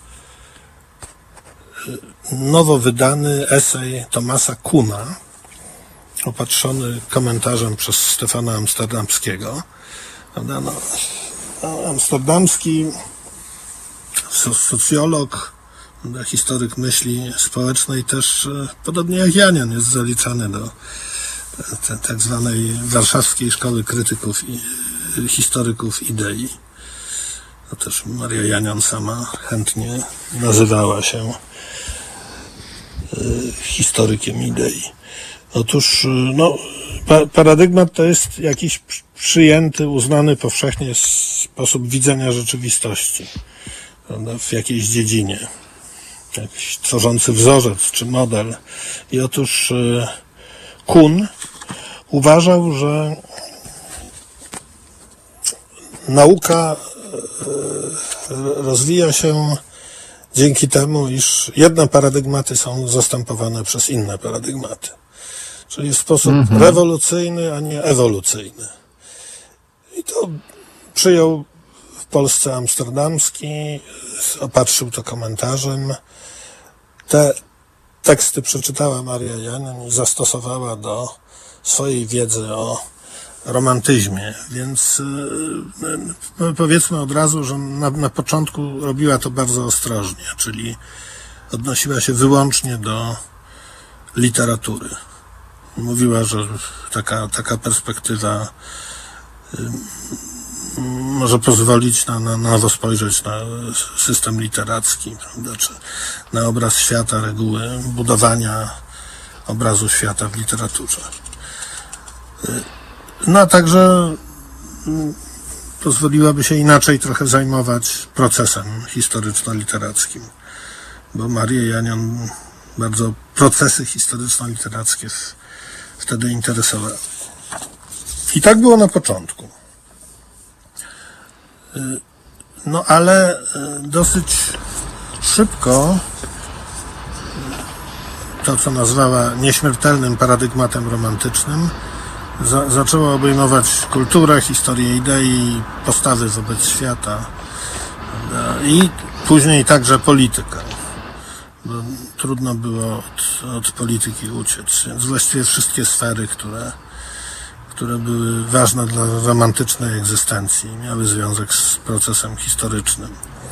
nowo wydany esej Thomasa Kuhna, opatrzony komentarzem przez Stefana Amsterdamskiego. No, no, Amsterdamski socjolog, historyk myśli społecznej, też podobnie jak Janion jest zaliczany do tak zwanej warszawskiej szkoły krytyków i historyków idei. To też Maria Janion sama chętnie nazywała się historykiem idei. Otóż no, pa- paradygmat to jest jakiś przyjęty, uznany powszechnie sposób widzenia rzeczywistości, prawda, w jakiejś dziedzinie. Jakiś tworzący wzorzec czy model. I otóż Kuhn uważał, że nauka rozwija się dzięki temu, iż jedne paradygmaty są zastępowane przez inne paradygmaty. Czyli w sposób mhm. rewolucyjny, a nie ewolucyjny. I to przyjął w Polsce Amsterdamski, opatrzył to komentarzem. Te teksty przeczytała Maria Janion i zastosowała do swojej wiedzy o romantyzmie, więc yy, powiedzmy od razu, że na, na początku robiła to bardzo ostrożnie, czyli odnosiła się wyłącznie do literatury. Mówiła, że taka, taka perspektywa yy, może pozwolić na, na nowo spojrzeć na system literacki, prawda, czy na obraz świata, reguły budowania obrazu świata w literaturze. No a także pozwoliłaby się inaczej trochę zajmować procesem historyczno-literackim, bo Marię Janion bardzo procesy historyczno-literackie wtedy interesowały. I tak było na początku. No ale dosyć szybko to, co nazwała nieśmiertelnym paradygmatem romantycznym, za, zaczęło obejmować kulturę, historię idei, postawy wobec świata, prawda? I później także politykę, bo trudno było od, od polityki uciec, więc właściwie wszystkie sfery, które które były ważne dla romantycznej egzystencji, miały związek z procesem historycznym.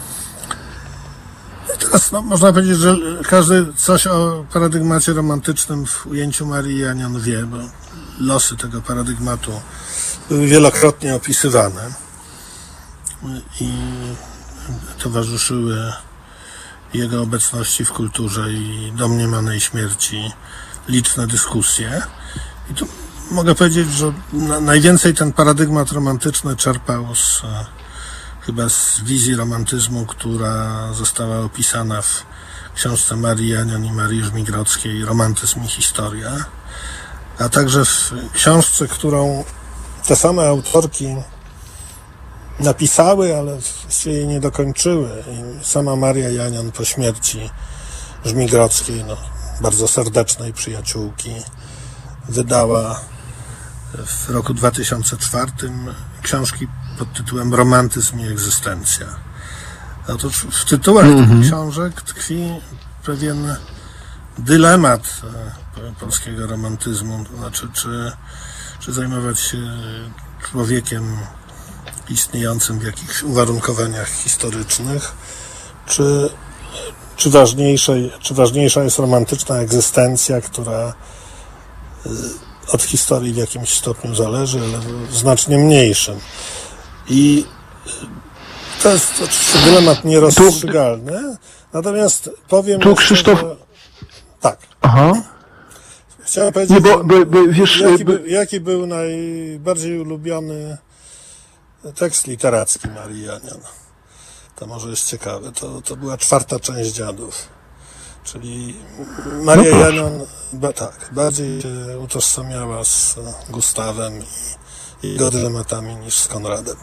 I teraz no, można powiedzieć, że każdy coś o paradygmacie romantycznym w ujęciu Marii Janion wie, bo losy tego paradygmatu były wielokrotnie opisywane i towarzyszyły jego obecności w kulturze i domniemanej śmierci liczne dyskusje. I tu mogę powiedzieć, że na, najwięcej ten paradygmat romantyczny czerpał z, chyba z wizji romantyzmu, która została opisana w książce Marii Janion i Marii Żmigrodzkiej Romantyzm i historia, a także w książce, którą te same autorki napisały, ale właściwie jej nie dokończyły. I sama Maria Janion po śmierci Żmigrodzkiej, no, bardzo serdecznej przyjaciółki, wydała w roku dwa tysiące czwartym książki pod tytułem Romantyzm i egzystencja. Otóż w tytułach mm-hmm. tych książek tkwi pewien dylemat polskiego romantyzmu, to znaczy czy, czy zajmować się człowiekiem istniejącym w jakichś uwarunkowaniach historycznych, czy, czy, ważniejsze, czy ważniejsza jest romantyczna egzystencja, która od historii w jakimś stopniu zależy, ale w znacznie mniejszym. I to jest oczywiście dylemat nierozstrzygalny, natomiast powiem... Tu jeszcze, Krzysztof... że... Tak. Aha. Chciałem powiedzieć, nie, bo, bo, bo, wiesz, jaki, bo... by, jaki był najbardziej ulubiony tekst literacki Marii Janion. To może jest ciekawe. To, to była czwarta część Dziadów. Czyli Maria no Janion ba, tak, bardziej się utożsamiała z Gustawem i jego dylematami niż z Konradem.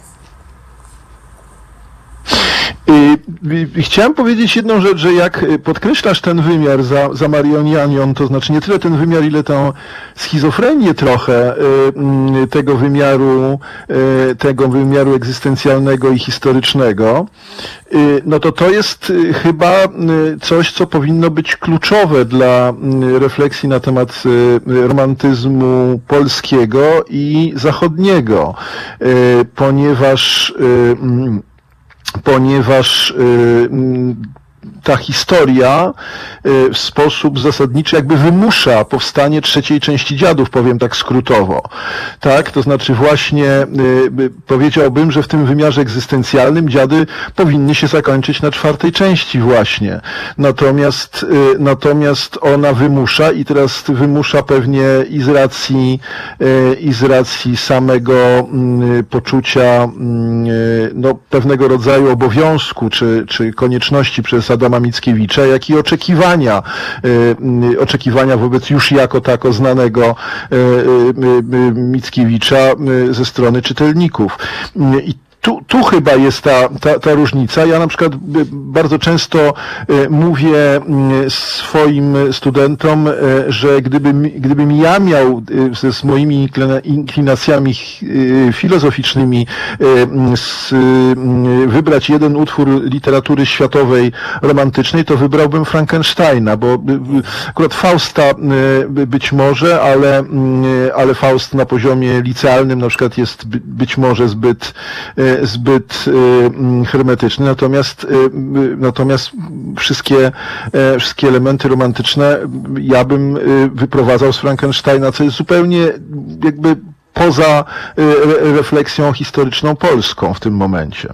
I chciałem powiedzieć jedną rzecz, że jak podkreślasz ten wymiar za, za Marią Janion, to znaczy nie tyle ten wymiar, ile tę schizofrenię trochę tego wymiaru, tego wymiaru egzystencjalnego i historycznego, no to to jest chyba coś, co powinno być kluczowe dla refleksji na temat romantyzmu polskiego i zachodniego, ponieważ ponieważ y, ta historia y, w sposób zasadniczy jakby wymusza powstanie trzeciej części Dziadów, powiem tak skrótowo. Tak? To znaczy właśnie y, powiedziałbym, że w tym wymiarze egzystencjalnym Dziady powinny się zakończyć na czwartej części właśnie. Natomiast, y, natomiast ona wymusza i teraz wymusza pewnie i z racji, y, i z racji samego y, poczucia y, no, pewnego rodzaju obowiązku czy, czy konieczności przez Adama Mickiewicza, jak i oczekiwania, y, oczekiwania wobec już jako tako znanego y, y, y, Mickiewicza y, ze strony czytelników. I tu, tu chyba jest ta, ta, ta różnica. Ja na przykład bardzo często mówię swoim studentom, że gdybym, gdybym ja miał z moimi inklinacjami filozoficznymi wybrać jeden utwór literatury światowej romantycznej, to wybrałbym Frankensteina, bo akurat Fausta być może, ale, ale Faust na poziomie licealnym na przykład jest być może zbyt, zbyt hermetyczny, natomiast, natomiast wszystkie, wszystkie elementy romantyczne ja bym wyprowadzał z Frankensteina, co jest zupełnie jakby poza refleksją historyczną polską w tym momencie.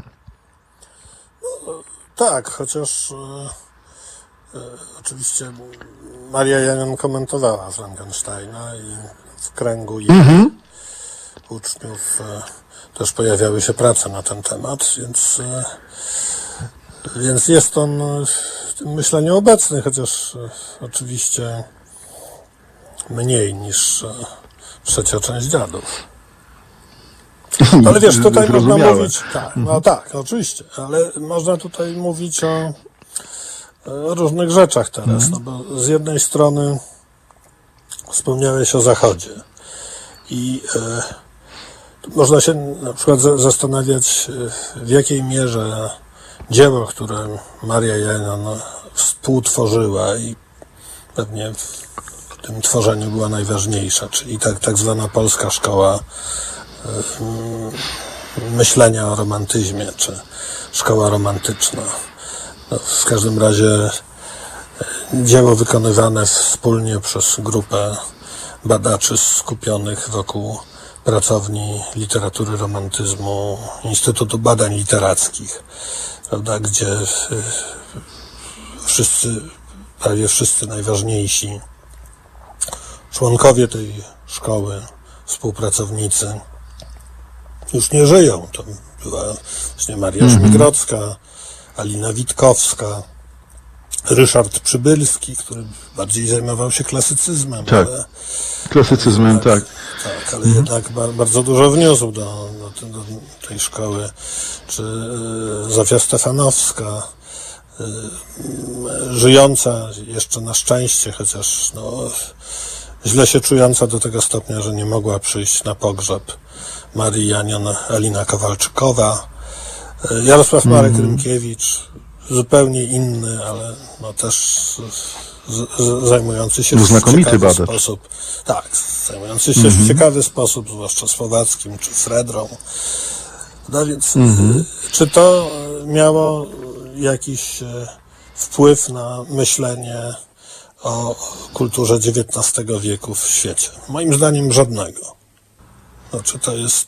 Tak, chociaż e, e, oczywiście Maria Janion komentowała Frankensteina i w kręgu jej mm-hmm. uczniów e, też pojawiały się prace na ten temat, więc, e, więc jest on w tym myśleniu obecny, chociaż e, oczywiście mniej niż e, trzecia część Dziadów. Ale wiesz, tutaj można mówić, tak, no tak, oczywiście, ale można tutaj mówić o, o różnych rzeczach teraz, no bo z jednej strony wspomniałeś o Zachodzie i e, można się na przykład za, zastanawiać, w jakiej mierze dzieło, które Maria Janion współtworzyła i pewnie w tym tworzeniu była najważniejsza, czyli tak, tak zwana polska szkoła myślenia o romantyzmie, czy szkoła romantyczna. No, w każdym razie dzieło wykonywane wspólnie przez grupę badaczy skupionych wokół pracowni literatury romantyzmu Instytutu Badań Literackich, prawda, gdzie wszyscy, prawie wszyscy najważniejsi członkowie tej szkoły, współpracownicy już nie żyją. To była właśnie Maria mm-hmm. Szmigrodzka, Alina Witkowska, Ryszard Przybylski, który bardziej zajmował się klasycyzmem. Tak, ale, klasycyzmem, ale jednak, tak. Tak, ale mm-hmm. jednak bardzo dużo wniósł do, do, do tej szkoły. Czy y, Zofia Stefanowska, y, y, żyjąca jeszcze na szczęście, chociaż no, źle się czująca do tego stopnia, że nie mogła przyjść na pogrzeb Marii Janion, Alina Kowalczykowa, Jarosław Marek mm. Rymkiewicz, zupełnie inny, ale no też z, z, zajmujący się w ciekawy badacz. sposób, tak, zajmujący się mm-hmm. w ciekawy sposób, zwłaszcza Słowackim czy Fredrą. No więc, mm-hmm. czy to miało jakiś wpływ na myślenie o kulturze dziewiętnastego wieku w świecie? Moim zdaniem żadnego. Znaczy to jest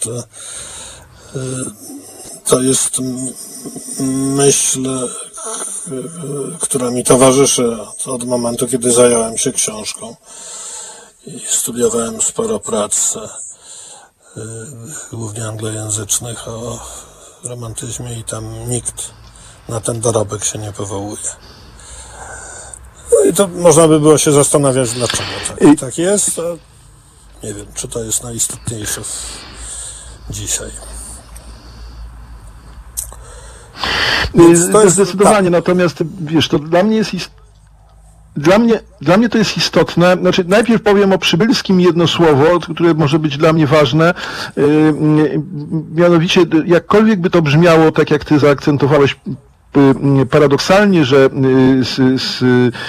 to jest myśl, która mi towarzyszy od, od momentu, kiedy zająłem się książką i studiowałem sporo prac, głównie anglojęzycznych, o romantyzmie i tam nikt na ten dorobek się nie powołuje. No i to można by było się zastanawiać, dlaczego tak, tak jest. Nie wiem, czy to jest najistotniejsze dzisiaj. To jest, Zdecydowanie, tak. Natomiast wiesz, to dla mnie jest ist... dla mnie, dla mnie to jest istotne. Znaczy, najpierw powiem o Przybylskim jedno słowo, które może być dla mnie ważne. Yy, mianowicie, jakkolwiek by to brzmiało, tak jak ty zaakcentowałeś paradoksalnie, że z, z,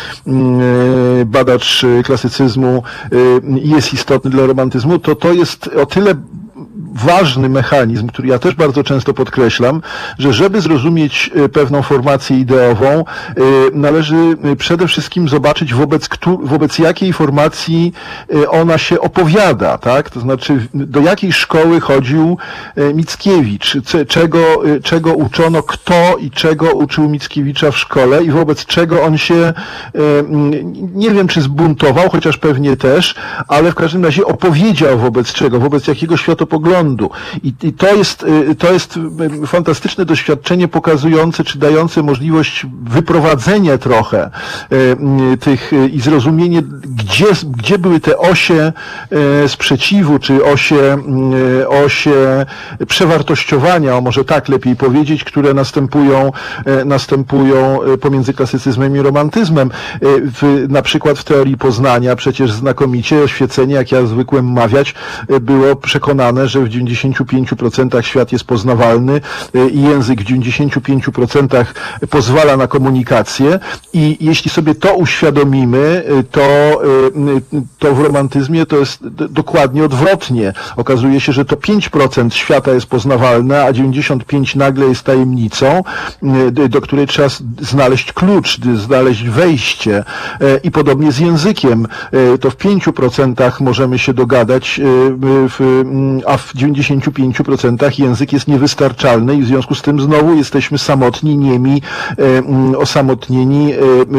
badacz klasycyzmu jest istotny dla romantyzmu, to to jest o tyle ważny mechanizm, który ja też bardzo często podkreślam, że żeby zrozumieć pewną formację ideową, należy przede wszystkim zobaczyć, wobec, wobec jakiej formacji ona się opowiada, tak? To znaczy, do jakiej szkoły chodził Mickiewicz, czego, czego uczono, kto i czego uczył Mickiewicza w szkole i wobec czego on się, nie wiem czy zbuntował, chociaż pewnie też, ale w każdym razie opowiedział wobec czego, wobec jakiego światopoglądu. I, I to jest, to jest fantastyczne doświadczenie pokazujące, czy dające możliwość wyprowadzenia trochę tych i zrozumienie, gdzie, gdzie były te osie e, sprzeciwu, czy osie, e, osie przewartościowania, o może tak lepiej powiedzieć, które następują, e, następują pomiędzy klasycyzmem i romantyzmem. E, w, na przykład w teorii poznania przecież znakomicie oświecenie, jak ja zwykłem mawiać, e, było przekonane, że w dziewięćdziesięciu pięciu procentach świat jest poznawalny e, i język w dziewięćdziesięciu pięciu procentach pozwala na komunikację i jeśli sobie to uświadomimy, to, to w romantyzmie to jest dokładnie odwrotnie. Okazuje się, że to pięć procent świata jest poznawalne, a dziewięćdziesiąt pięć procent nagle jest tajemnicą, do której trzeba znaleźć klucz, znaleźć wejście. I podobnie z językiem. To w pięciu procentach możemy się dogadać, a w dziewięćdziesięciu pięciu procentach język jest niewystarczalny i w związku z tym znowu jesteśmy samotni, niemi, osamotnieni,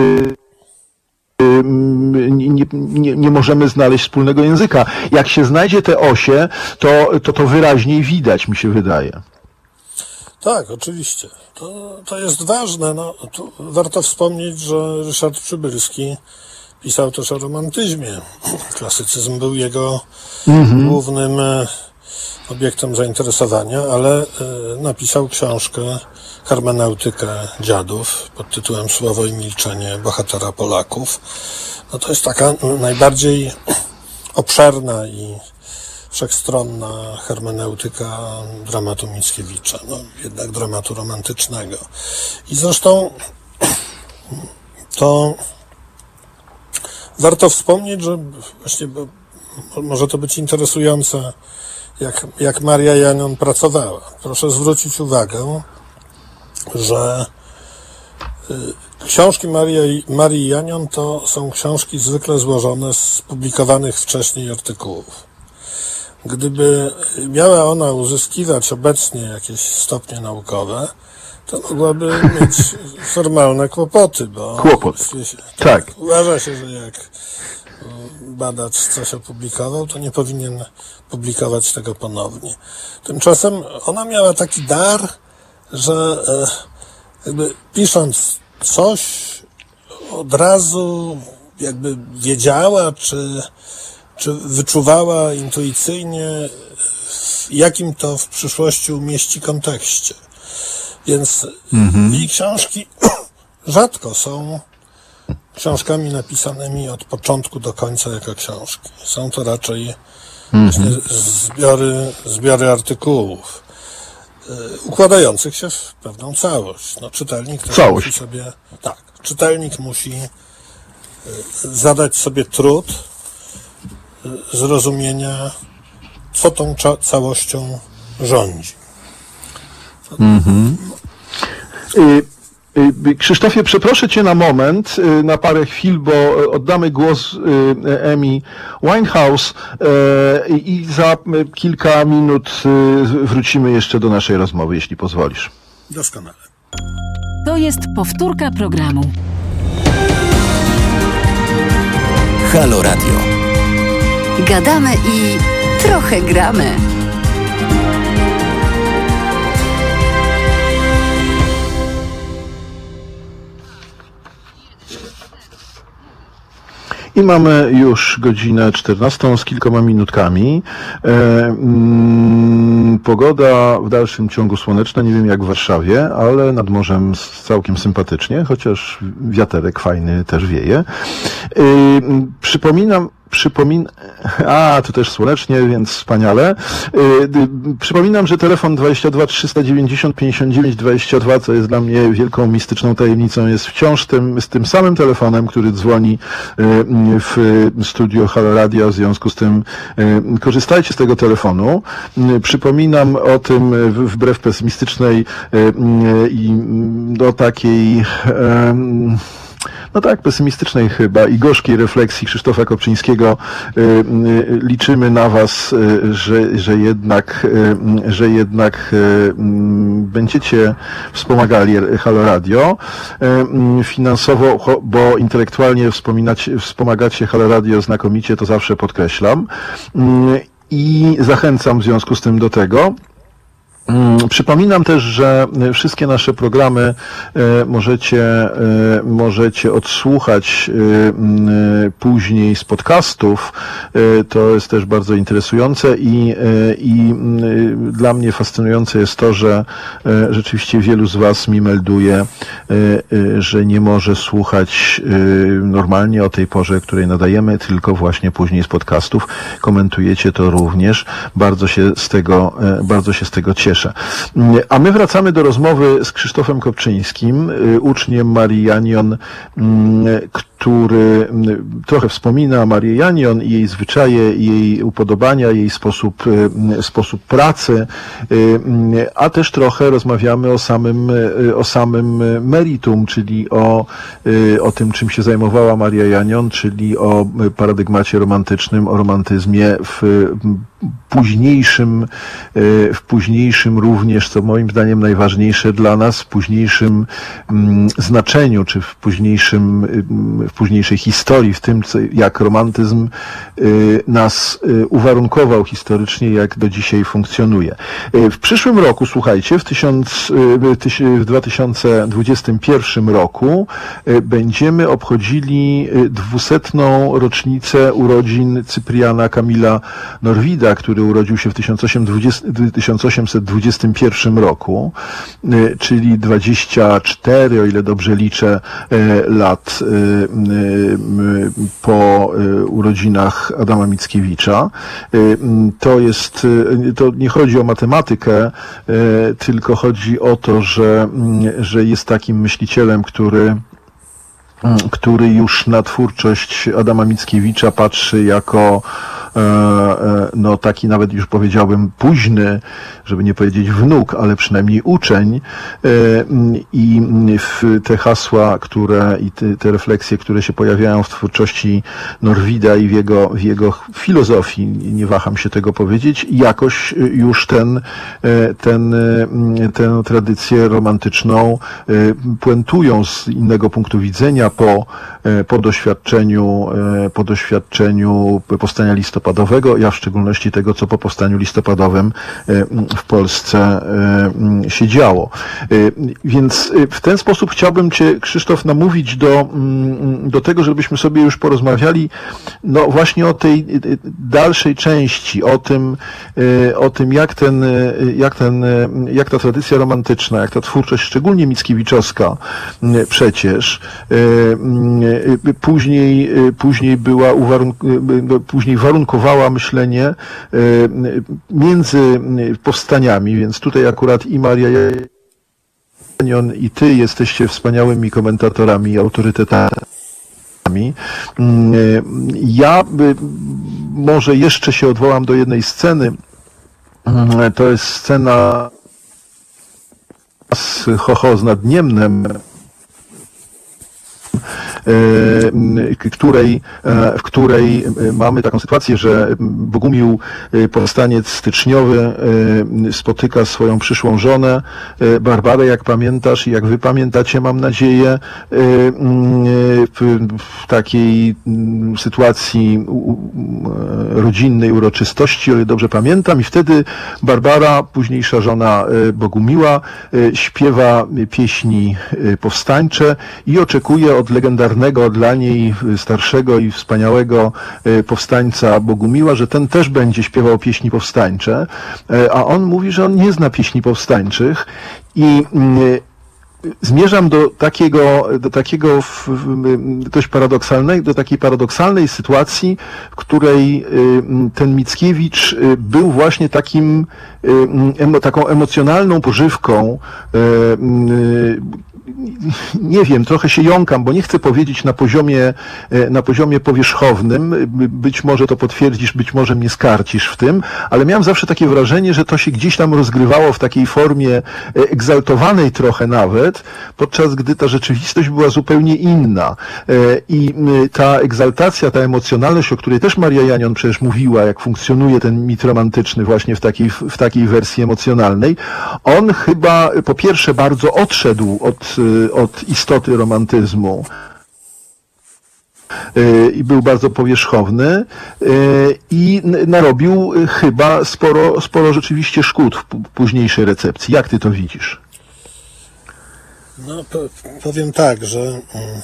Nie, nie, nie możemy znaleźć wspólnego języka. Jak się znajdzie te osie, to to, to wyraźniej widać, mi się wydaje. Tak, oczywiście. To, to jest ważne. No, tu warto wspomnieć, że Ryszard Przybylski pisał też o romantyzmie. Klasycyzm był jego mhm. głównym obiektem zainteresowania, ale napisał książkę Hermeneutykę dziadów pod tytułem Słowo i milczenie bohatera Polaków. No to jest taka najbardziej obszerna i wszechstronna hermeneutyka dramatu Mickiewicza, no jednak dramatu romantycznego. I zresztą to warto wspomnieć, że właśnie może to być interesujące, jak, jak Maria Janion pracowała. Proszę zwrócić uwagę, że y, książki Marii, Marii Janion to są książki zwykle złożone z publikowanych wcześniej artykułów. Gdyby miała ona uzyskiwać obecnie jakieś stopnie naukowe, to mogłaby mieć formalne kłopoty, bo Kłopot. Się, tak, tak. Uważa się, że jak badacz coś opublikował, to nie powinien publikować tego ponownie. Tymczasem ona miała taki dar, że jakby pisząc coś od razu jakby wiedziała, czy, czy wyczuwała intuicyjnie, w jakim to w przyszłości umieści kontekście. Więc mhm. jej książki rzadko są książkami napisanymi od początku do końca jako książki. Są to raczej mhm. właśnie zbiory, zbiory artykułów układających się w pewną całość. No, czytelnik też całość. musi sobie, tak, czytelnik musi zadać sobie trud zrozumienia, co tą cza- całością rządzi. Mhm. Y- Krzysztofie, przeproszę Cię na moment, na parę chwil, bo oddamy głos Amy Winehouse i za kilka minut wrócimy jeszcze do naszej rozmowy, jeśli pozwolisz. Doskonale. To jest powtórka programu. Halo Radio. Gadamy i trochę gramy. I mamy już godzinę czternastą z kilkoma minutkami. E, mm, pogoda w dalszym ciągu słoneczna, nie wiem jak w Warszawie, ale nad morzem całkiem sympatycznie, chociaż wiaterek fajny też wieje. E, przypominam, Przypomin... A, tu też słonecznie, więc wspaniale. Yy, przypominam, że telefon dwadzieścia dwa trzysta dziewięćdziesiąt pięćdziesiąt dziewięć dwadzieścia dwa, co jest dla mnie wielką mistyczną tajemnicą, jest wciąż tym, z tym samym telefonem, który dzwoni yy, w studio Halo Radio. W związku z tym yy, korzystajcie z tego telefonu. Yy, przypominam o tym wbrew pesymistycznej yy, i yy, do takiej yy, no tak, pesymistycznej chyba i gorzkiej refleksji Krzysztofa Kopczyńskiego y, y, liczymy na Was, y, że, że jednak, y, że jednak y, y, będziecie wspomagali Halo Radio y, finansowo, bo intelektualnie wspominacie, wspomagacie Halo Radio znakomicie, to zawsze podkreślam y, i zachęcam w związku z tym do tego. Przypominam też, że wszystkie nasze programy e, możecie, e, możecie odsłuchać e, później z podcastów. E, to jest też bardzo interesujące i, e, i e, dla mnie fascynujące jest to, że e, rzeczywiście wielu z Was mi melduje, e, e, że nie może słuchać e, normalnie o tej porze, której nadajemy, tylko właśnie później z podcastów. Komentujecie to również. Bardzo się z tego, e, bardzo się z tego cieszę. A my wracamy do rozmowy z Krzysztofem Kopczyńskim, uczniem Marii Janion, który trochę wspomina Marię Janion i jej zwyczaje, jej upodobania, jej sposób, sposób pracy, a też trochę rozmawiamy o samym, o samym meritum, czyli o, o tym, czym się zajmowała Maria Janion, czyli o paradygmacie romantycznym, o romantyzmie w późniejszym, w późniejszym również, co moim zdaniem najważniejsze dla nas, w późniejszym znaczeniu, czy w późniejszym, w późniejszej historii, w tym, co, jak romantyzm nas uwarunkował historycznie, jak do dzisiaj funkcjonuje. W przyszłym roku, słuchajcie, w, tysiąc, w dwa tysiące dwudziestym pierwszym roku będziemy obchodzili dwusetną rocznicę urodzin Cypriana Kamila Norwida, który urodził się w tysiąc osiemset dwudziestym pierwszym roku, czyli dwadzieścia cztery, o ile dobrze liczę, lat po urodzinach Adama Mickiewicza. To jest, to nie chodzi o matematykę, tylko chodzi o to, że, że jest takim myślicielem, który który już na twórczość Adama Mickiewicza patrzy jako no taki nawet już powiedziałbym późny, żeby nie powiedzieć wnuk, ale przynajmniej uczeń, i te hasła, które i te, te refleksje, które się pojawiają w twórczości Norwida i w jego, w jego filozofii, nie waham się tego powiedzieć, jakoś już ten, ten, tę tradycję romantyczną puentują z innego punktu widzenia po, po doświadczeniu, po doświadczeniu powstania listopadowego, ja w szczególności tego, co po powstaniu listopadowym w Polsce się działo. Więc w ten sposób chciałbym Cię, Krzysztof, namówić do, do tego, żebyśmy sobie już porozmawiali no właśnie o tej dalszej części, o tym, o tym jak ten, jak ten, jak ta tradycja romantyczna, jak ta twórczość, szczególnie mickiewiczowska przecież, później, później była uwarunk później warunkowała myślenie między powstaniami, więc tutaj akurat i Maria Janion, i Ty jesteście wspaniałymi komentatorami i autorytetami. Ja może jeszcze się odwołam do jednej sceny. To jest scena z Ho-Ho z Nadniemnem, której, w której mamy taką sytuację, że Bogumił, powstaniec styczniowy, spotyka swoją przyszłą żonę, Barbarę, jak pamiętasz i jak wy pamiętacie, mam nadzieję, w takiej sytuacji rodzinnej uroczystości, o ile dobrze pamiętam, i wtedy Barbara, późniejsza żona Bogumiła, śpiewa pieśni powstańcze i oczekuje od legendarnego dla niej starszego i wspaniałego powstańca Bogumiła, że ten też będzie śpiewał pieśni powstańcze, a on mówi, że on nie zna pieśni powstańczych i zmierzam do takiego, do takiego dość paradoksalnej, do takiej paradoksalnej sytuacji, w której ten Mickiewicz był właśnie takim, taką emocjonalną pożywką. Nie wiem, trochę się jąkam, bo nie chcę powiedzieć na poziomie, na poziomie powierzchownym, być może to potwierdzisz, być może mnie skarcisz w tym, ale miałem zawsze takie wrażenie, że to się gdzieś tam rozgrywało w takiej formie egzaltowanej trochę nawet, podczas gdy ta rzeczywistość była zupełnie inna. I ta egzaltacja, ta emocjonalność, o której też Maria Janion przecież mówiła, jak funkcjonuje ten mit romantyczny właśnie w takiej, w takiej wersji emocjonalnej, on chyba po pierwsze bardzo odszedł od od istoty romantyzmu, y, i był bardzo powierzchowny y, i n- narobił y, chyba sporo, sporo rzeczywiście szkód w p- późniejszej recepcji. Jak ty to widzisz? No, po, powiem tak, że mm,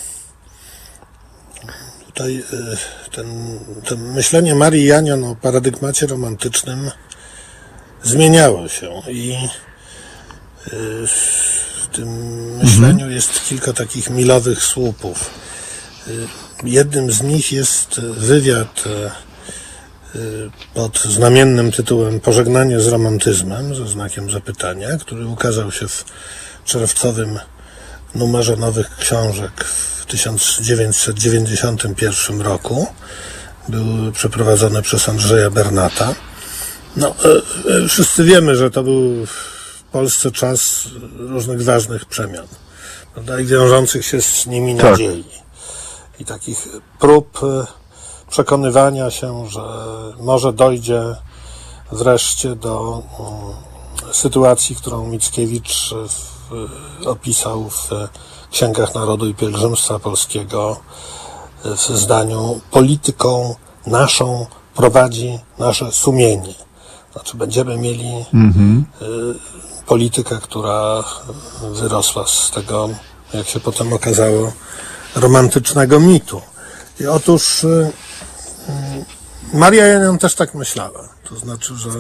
tutaj y, ten, ten myślenie Marii Janion o paradygmacie romantycznym zmieniało się i y, w tym myśleniu jest kilka takich milowych słupów. Y, jednym z nich jest wywiad y, y, pod znamiennym tytułem Pożegnanie z romantyzmem, ze znakiem zapytania, który ukazał się w czerwcowym numerze Nowych Książek w tysiąc dziewięćset dziewięćdziesiątym pierwszym roku. Był przeprowadzony przez Andrzeja Bernata. No, e, e, wszyscy wiemy, że to był w Polsce czas różnych ważnych przemian, prawda, i wiążących się z nimi Tak. nadziei. I takich prób e, przekonywania się, że może dojdzie wreszcie do mm, sytuacji, którą Mickiewicz w, opisał w Księgach Narodu i Pielgrzymstwa Polskiego w zdaniu: polityką naszą prowadzi nasze sumienie. Znaczy będziemy mieli Mhm. y, politykę, która wyrosła z tego, jak się potem okazało, romantycznego mitu. I otóż y, y, Maria Janion też tak myślała. To znaczy, że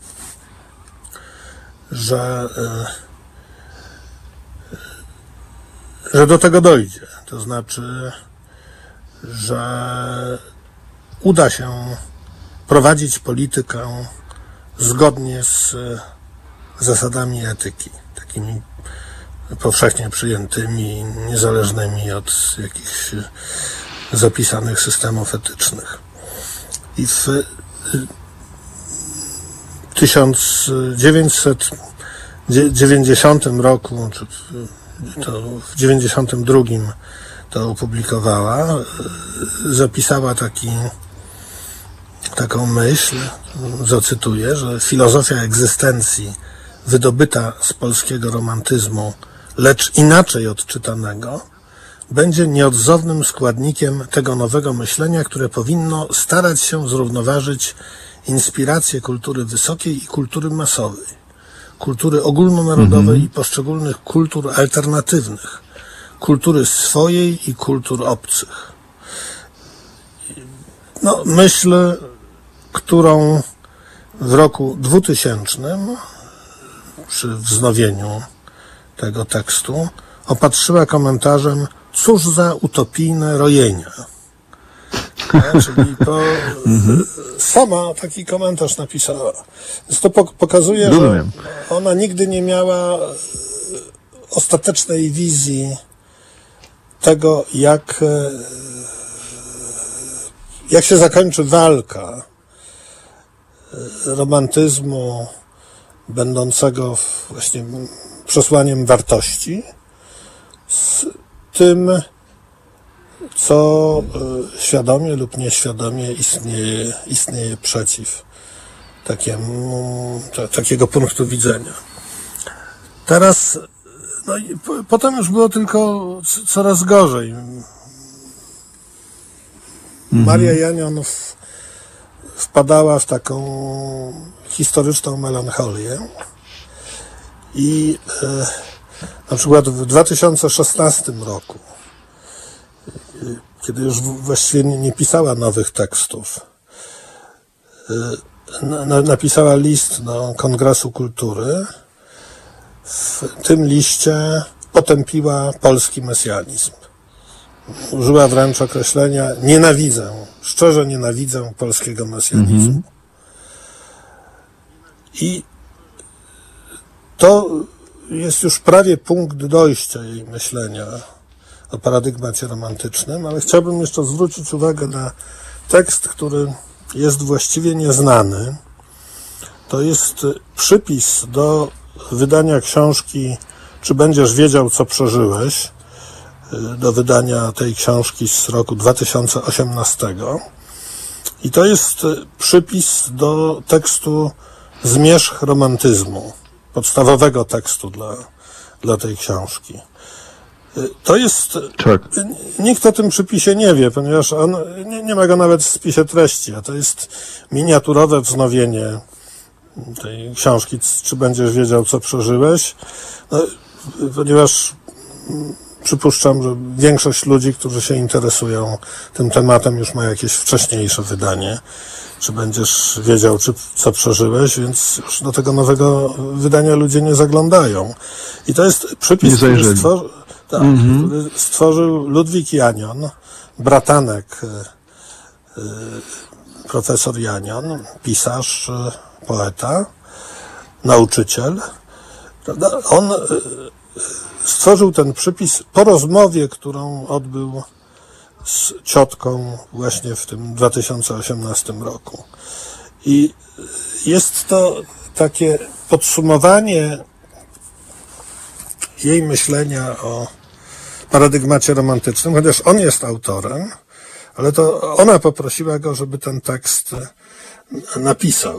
że y, że do tego dojdzie. To znaczy, że uda się prowadzić politykę zgodnie z zasadami etyki, takimi powszechnie przyjętymi, niezależnymi od jakichś zapisanych systemów etycznych. I w tysiąc dziewięćset dziewięćdziesiątym roku, czy to w dziewięćdziesiątym drugim to opublikowała, zapisała taki, taką myśl, zacytuję, że filozofia egzystencji wydobyta z polskiego romantyzmu, lecz inaczej odczytanego, będzie nieodzownym składnikiem tego nowego myślenia, które powinno starać się zrównoważyć inspirację kultury wysokiej i kultury masowej, kultury ogólnonarodowej mm-hmm. i poszczególnych kultur alternatywnych, kultury swojej i kultur obcych. No, myśl, którą w roku dwutysięcznym, przy wznowieniu tego tekstu, opatrzyła komentarzem: cóż za utopijne rojenia. No, czyli to mm-hmm. sama taki komentarz napisała. Więc to pok- pokazuje, Rozumiem. że ona nigdy nie miała ostatecznej wizji tego, jak, jak się zakończy walka romantyzmu będącego właśnie przesłaniem wartości z tym, co świadomie lub nieświadomie istnieje, istnieje przeciw takiemu, ta, takiego punktu widzenia. Teraz, no i po, potem już było tylko c- coraz gorzej. Mhm. Maria Janion w, wpadała w taką historyczną melancholię i e, na przykład w dwa tysiące szesnastym roku, kiedy już właściwie nie, nie pisała nowych tekstów, na, napisała list do Kongresu Kultury. W tym liście potępiła polski mesjanizm. Użyła wręcz określenia: nienawidzę, szczerze nienawidzę polskiego mesjanizmu. Mm-hmm. I to jest już prawie punkt dojścia jej myślenia o paradygmacie romantycznym, ale chciałbym jeszcze zwrócić uwagę na tekst, który jest właściwie nieznany. To jest przypis do wydania książki Czy będziesz wiedział, co przeżyłeś? Do wydania tej książki z roku dwa tysiące osiemnastego. I to jest przypis do tekstu Zmierzch romantyzmu, podstawowego tekstu dla, dla tej książki. To jest... Tak. Nikt o tym przypisie nie wie, ponieważ on nie, nie ma go nawet w spisie treści, a to jest miniaturowe wznowienie tej książki, czy będziesz wiedział, co przeżyłeś. No, ponieważ przypuszczam, że większość ludzi, którzy się interesują tym tematem, już ma jakieś wcześniejsze wydanie. Czy będziesz wiedział, czy, co przeżyłeś, więc już do tego nowego wydania ludzie nie zaglądają. I to jest przypis, który, stwor... tak, mm-hmm. który stworzył Ludwik Janion, bratanek y, y, profesor Janion, pisarz, y, poeta, nauczyciel. Prawda? On y, stworzył ten przypis po rozmowie, którą odbył z ciotką właśnie w tym dwa tysiące osiemnastym roku. I jest to takie podsumowanie jej myślenia o paradygmacie romantycznym, chociaż on jest autorem, ale to ona poprosiła go, żeby ten tekst napisał.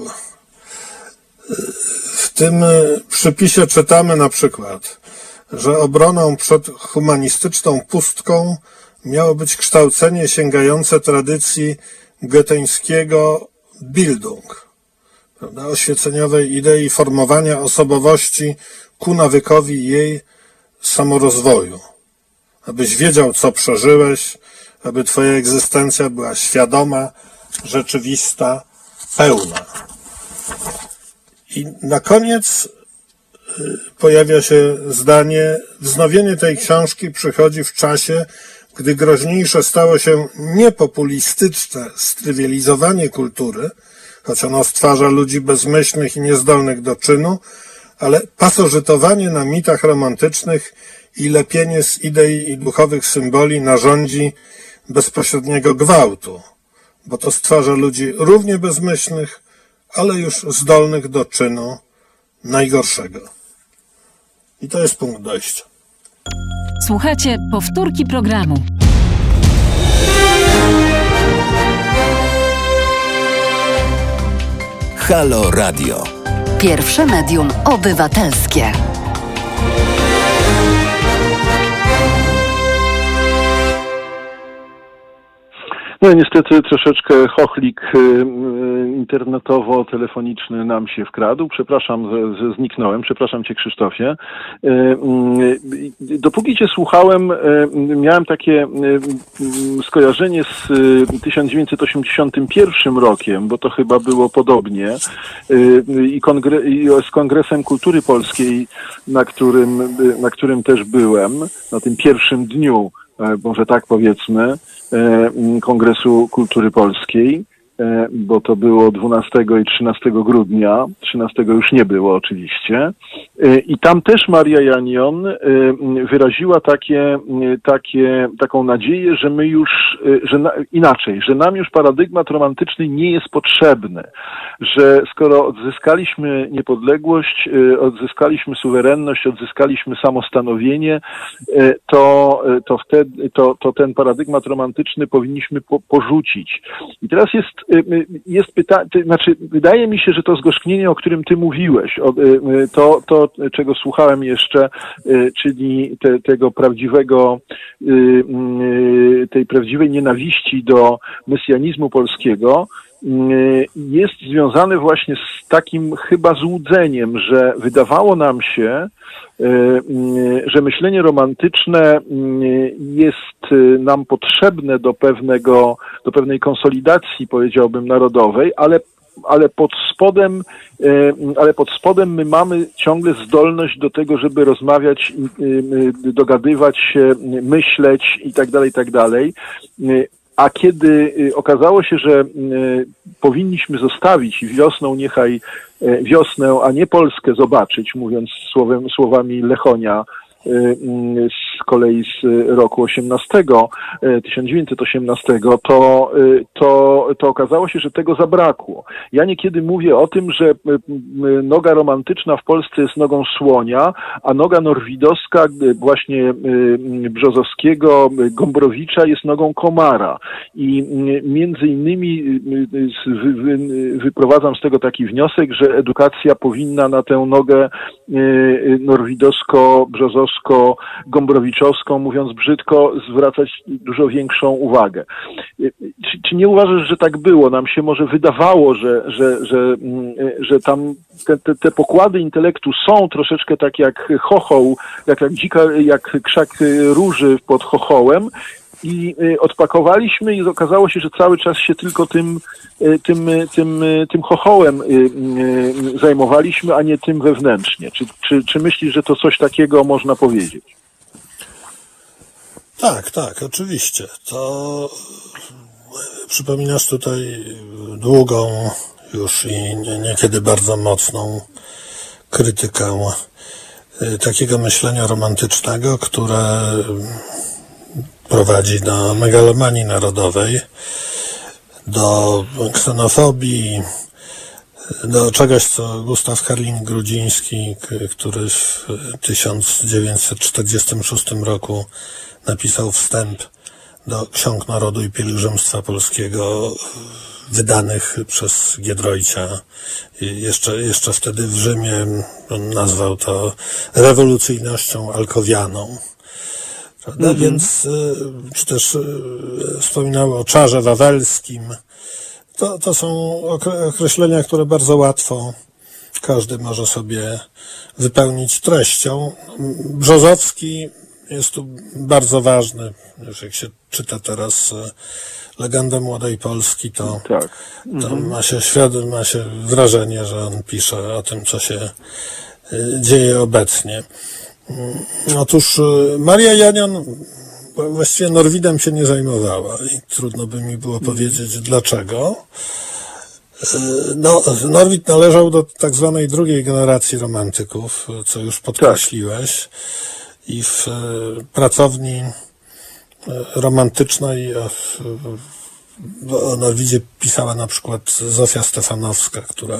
W tym przypisie czytamy na przykład, że obroną przed humanistyczną pustką miało być kształcenie sięgające tradycji goetheńskiego Bildung, prawda, oświeceniowej idei formowania osobowości ku nawykowi jej samorozwoju. Abyś wiedział, co przeżyłeś, aby twoja egzystencja była świadoma, rzeczywista, pełna. I na koniec pojawia się zdanie: wznowienie tej książki przychodzi w czasie, gdy groźniejsze stało się nie populistyczne strywializowanie kultury, choć ono stwarza ludzi bezmyślnych i niezdolnych do czynu, ale pasożytowanie na mitach romantycznych i lepienie z idei i duchowych symboli narządzi bezpośredniego gwałtu, bo to stwarza ludzi równie bezmyślnych, ale już zdolnych do czynu najgorszego. I to jest punkt dojścia. Słuchacie powtórki programu. Halo Radio. Pierwsze medium obywatelskie. No niestety troszeczkę chochlik internetowo-telefoniczny nam się wkradł. Przepraszam, że zniknąłem. Przepraszam Cię, Krzysztofie. Dopóki Cię słuchałem, miałem takie skojarzenie z tysiąc dziewięćset osiemdziesiątym pierwszym rokiem, bo to chyba było podobnie, i, kongre- i z Kongresem Kultury Polskiej, na którym, na którym też byłem, na tym pierwszym dniu, może tak powiedzmy, Kongresu Kultury Polskiej, bo to było dwunastego i trzynastego grudnia, trzynastego już nie było oczywiście. I tam też Maria Janion wyraziła takie, takie, taką nadzieję, że my już, że na, inaczej, że nam już paradygmat romantyczny nie jest potrzebny, że skoro odzyskaliśmy niepodległość, odzyskaliśmy suwerenność, odzyskaliśmy samostanowienie, to, to wtedy, to, to ten paradygmat romantyczny powinniśmy po, porzucić. I teraz jest jest pytanie, znaczy wydaje mi się, że to zgorzknienie, o którym ty mówiłeś, to, to czego słuchałem jeszcze, czyli te, tego prawdziwego, tej prawdziwej nienawiści do mesjanizmu polskiego, jest związane właśnie z takim chyba złudzeniem, że wydawało nam się, że myślenie romantyczne jest nam potrzebne do pewnego, do pewnej konsolidacji, powiedziałbym, narodowej, ale ale pod spodem, ale pod spodem my mamy ciągle zdolność do tego, żeby rozmawiać, dogadywać się, myśleć i tak dalej, i tak dalej. A kiedy okazało się, że powinniśmy zostawić wiosną niechaj wiosnę, a nie Polskę zobaczyć, mówiąc słowem, słowami Lechonia, z kolei z roku osiemnastego, tysiąc dziewięćset osiemnastego, to, to, to okazało się, że tego zabrakło. Ja niekiedy mówię o tym, że noga romantyczna w Polsce jest nogą słonia, a noga norwidowska właśnie Brzozowskiego, Gombrowicza jest nogą komara. I między innymi wyprowadzam z tego taki wniosek, że edukacja powinna na tę nogę norwidowsko-brzozowską Gombrowicz-owską, mówiąc brzydko, zwracać dużo większą uwagę. Czy, czy nie uważasz, że tak było? Nam się może wydawało, że, że, że, że tam te, te, te pokłady intelektu są troszeczkę tak jak chochoł, jak, jak dzika, jak krzak róży pod chochołem, i odpakowaliśmy i okazało się, że cały czas się tylko tym, tym, tym, tym chochołem zajmowaliśmy, a nie tym wewnętrznie. Czy, czy, czy myślisz, że to coś takiego można powiedzieć? Tak, tak, oczywiście. To przypominasz tutaj długą już i niekiedy bardzo mocną krytykę takiego myślenia romantycznego, które prowadzi do megalomanii narodowej, do ksenofobii, do czegoś, co Gustaw Herling-Grudziński, który w tysiąc dziewięćset czterdziestym szóstym roku napisał wstęp do Ksiąg Narodu i Pielgrzymstwa Polskiego, wydanych przez Giedroycia. Jeszcze, jeszcze wtedy w Rzymie on nazwał to rewolucyjnością alkowianą. Prawda? Mm-hmm. Więc, czy też wspominał o czarze wawelskim. To, to są określenia, które bardzo łatwo każdy może sobie wypełnić treścią. Brzozowski jest tu bardzo ważny. Już jak się czyta teraz Legendę Młodej Polski, to, tak. to mm-hmm. ma się świadom, ma się wrażenie, że on pisze o tym, co się dzieje obecnie. Otóż Maria Janion właściwie Norwidem się nie zajmowała i trudno by mi było powiedzieć dlaczego. No, Norwid należał do tak zwanej drugiej generacji romantyków, co już podkreśliłeś. I w pracowni romantycznej o Norwidzie pisała na przykład Zofia Stefanowska, która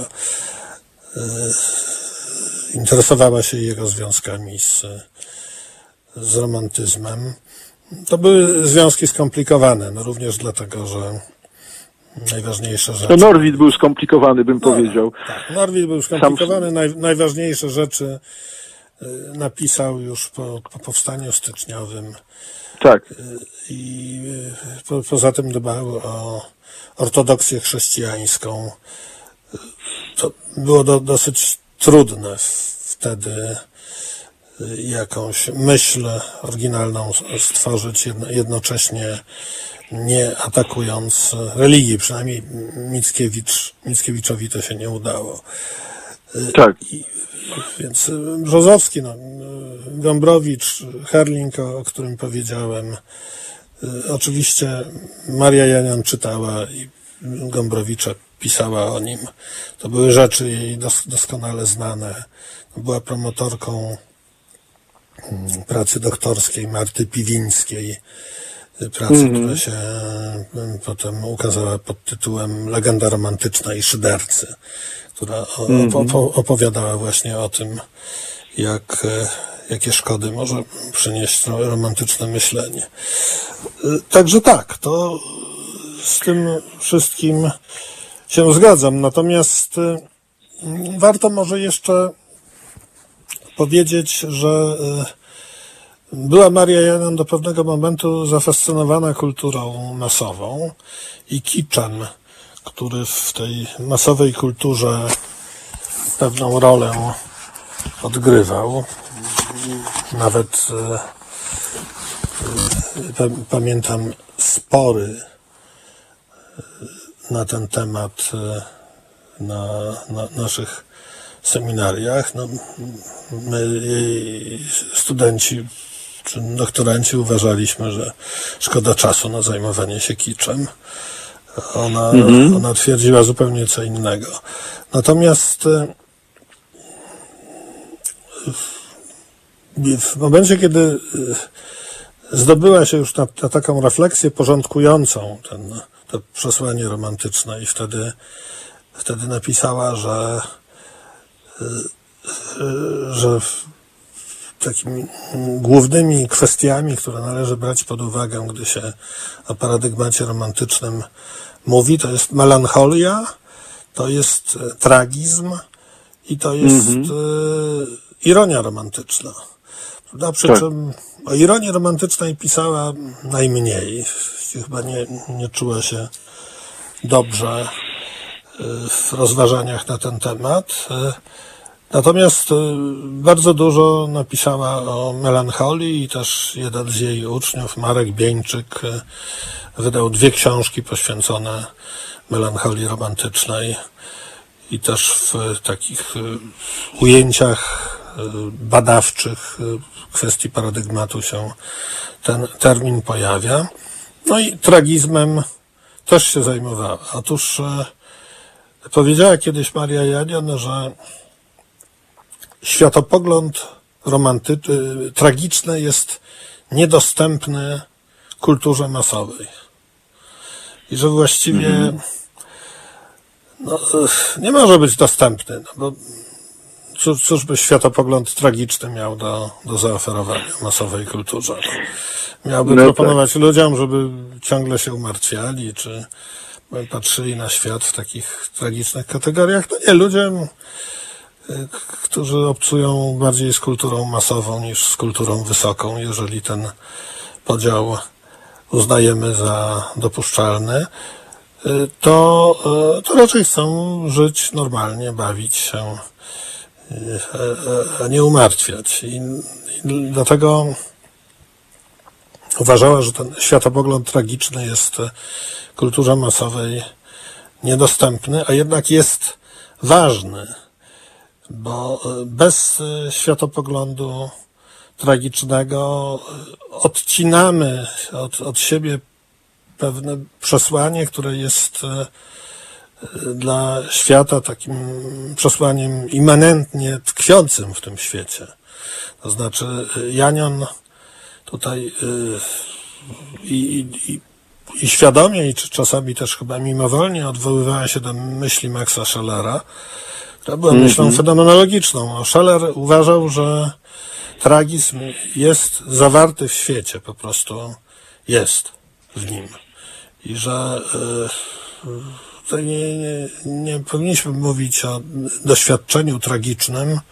interesowała się jego związkami z, z romantyzmem. To były związki skomplikowane, no również dlatego, że najważniejsze rzeczy... To Norwid był skomplikowany, bym no, powiedział. Tak, Norwid był skomplikowany, Sam... naj, najważniejsze rzeczy napisał już po, po powstaniu styczniowym. Tak. I po, poza tym dbał o ortodoksję chrześcijańską. To było do, dosyć trudne wtedy jakąś myśl oryginalną stworzyć, jedno, jednocześnie nie atakując religii. Przynajmniej Mickiewicz, Mickiewiczowi to się nie udało. Tak. I, więc Brzozowski, no, Gombrowicz, Herling, o, o którym powiedziałem. Oczywiście Maria Janion czytała i Gombrowicza pisała o nim. To były rzeczy jej dos- doskonale znane. Była promotorką pracy doktorskiej Marty Piwińskiej, pracy, mm-hmm. która się potem ukazała pod tytułem Legenda romantyczna i szydercy, która mm-hmm. opo- opowiadała właśnie o tym, jak, jakie szkody może przynieść romantyczne myślenie. Także tak, to z tym wszystkim się zgadzam. Natomiast warto może jeszcze powiedzieć, że była Maria Janion do pewnego momentu zafascynowana kulturą masową i kiczem, który w tej masowej kulturze pewną rolę odgrywał. Nawet e, pamiętam spory na ten temat na, na naszych seminariach. No, my, studenci czy doktoranci, uważaliśmy, że szkoda czasu na zajmowanie się kiczem. Ona, mhm. ona twierdziła zupełnie co innego. Natomiast w momencie, kiedy zdobyła się już na, na taką refleksję porządkującą ten, to przesłanie romantyczne i wtedy, wtedy napisała, że że takimi głównymi kwestiami, które należy brać pod uwagę, gdy się o paradygmacie romantycznym mówi, to jest melancholia, to jest tragizm i to jest mm-hmm. ironia romantyczna. No, przy Tak. czym o ironii romantycznej pisała najmniej. Chyba nie, nie czuła się dobrze w rozważaniach na ten temat. Natomiast bardzo dużo napisała o melancholii i też jeden z jej uczniów, Marek Bieńczyk, wydał dwie książki poświęcone melancholii romantycznej i też w takich ujęciach badawczych kwestii paradygmatu się ten termin pojawia. No i tragizmem też się zajmowała. Otóż powiedziała kiedyś Maria Janion, że światopogląd romanty- tragiczny jest niedostępny kulturze masowej. I że właściwie mm-hmm. no, nie może być dostępny, no bo cóż, cóż by światopogląd tragiczny miał do, do zaoferowania masowej kulturze. No, miałby no proponować tak. ludziom, żeby ciągle się umartwiali, czy patrzyli na świat w takich tragicznych kategoriach. No nie, ludziom, którzy obcują bardziej z kulturą masową niż z kulturą wysoką, jeżeli ten podział uznajemy za dopuszczalny, to, to raczej chcą żyć normalnie, bawić się, a nie umartwiać. I, i dlatego uważała, że ten światopogląd tragiczny jest kulturze masowej niedostępny, a jednak jest ważny, bo bez światopoglądu tragicznego odcinamy od, od siebie pewne przesłanie, które jest dla świata takim przesłaniem immanentnie tkwiącym w tym świecie. To znaczy Janion tutaj i, i, i świadomie, i czasami też chyba mimowolnie odwoływała się do myśli Maxa Schellera, która była mm-hmm. myślą fenomenologiczną. Scheller uważał, że tragizm jest zawarty w świecie, po prostu jest w nim. I że y, tutaj nie, nie, nie powinniśmy mówić o doświadczeniu tragicznym, y,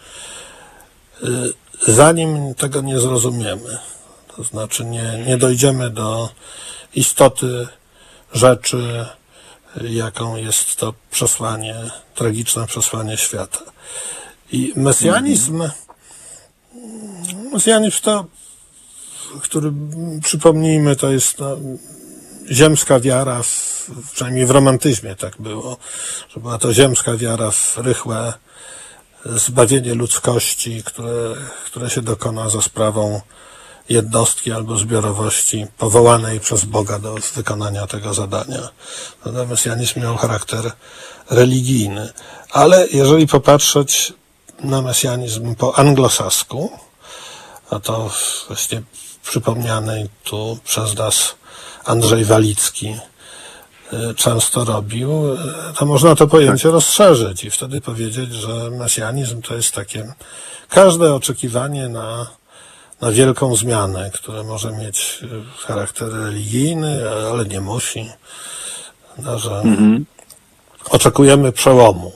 zanim tego nie zrozumiemy. To znaczy nie, nie dojdziemy do istoty rzeczy, jaką jest to przesłanie, tragiczne przesłanie świata. I mesjanizm, mesjanizm to, który, przypomnijmy, to jest no, ziemska wiara, w, przynajmniej w romantyzmie tak było, że była to ziemska wiara w rychłe zbawienie ludzkości, które, które się dokona za sprawą jednostki albo zbiorowości powołanej przez Boga do wykonania tego zadania. Natomiast mesjanizm miał charakter religijny. Ale jeżeli popatrzeć na mesjanizm po anglosasku, a to właśnie przypomniany tu przez nas Andrzej Walicki często robił, to można to pojęcie rozszerzyć i wtedy powiedzieć, że mesjanizm to jest takie każde oczekiwanie na na wielką zmianę, które może mieć charakter religijny, ale nie musi. No, że mm-hmm. oczekujemy przełomu.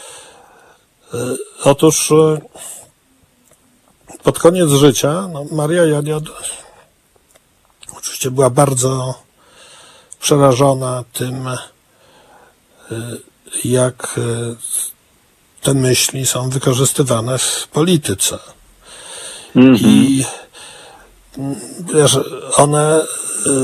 Otóż pod koniec życia no, Maria Janion oczywiście była bardzo przerażona tym, jak te myśli są wykorzystywane w polityce. Mm-hmm. I wiesz, one y,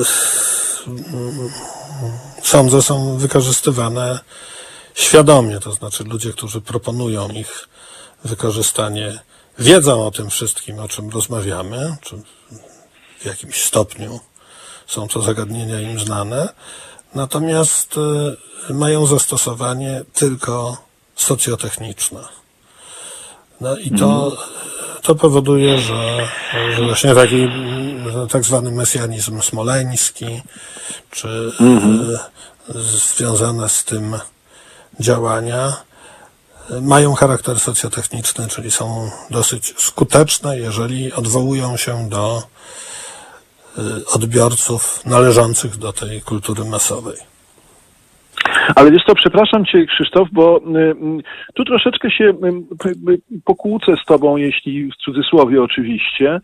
sądzę, są wykorzystywane świadomie, to znaczy ludzie, którzy proponują ich wykorzystanie, wiedzą o tym wszystkim, o czym rozmawiamy, czy w jakimś stopniu są to zagadnienia im znane, natomiast y, mają zastosowanie tylko socjotechniczne. No i to To powoduje, że, że właśnie taki tak zwany mesjanizm smoleński, czy mm-hmm. y, związane z tym działania mają charakter socjotechniczny, czyli są dosyć skuteczne, jeżeli odwołują się do y, odbiorców należących do tej kultury masowej. Ale wiesz co, przepraszam Cię, Krzysztof, bo y, tu troszeczkę się y, pokłócę z Tobą, jeśli w cudzysłowie oczywiście,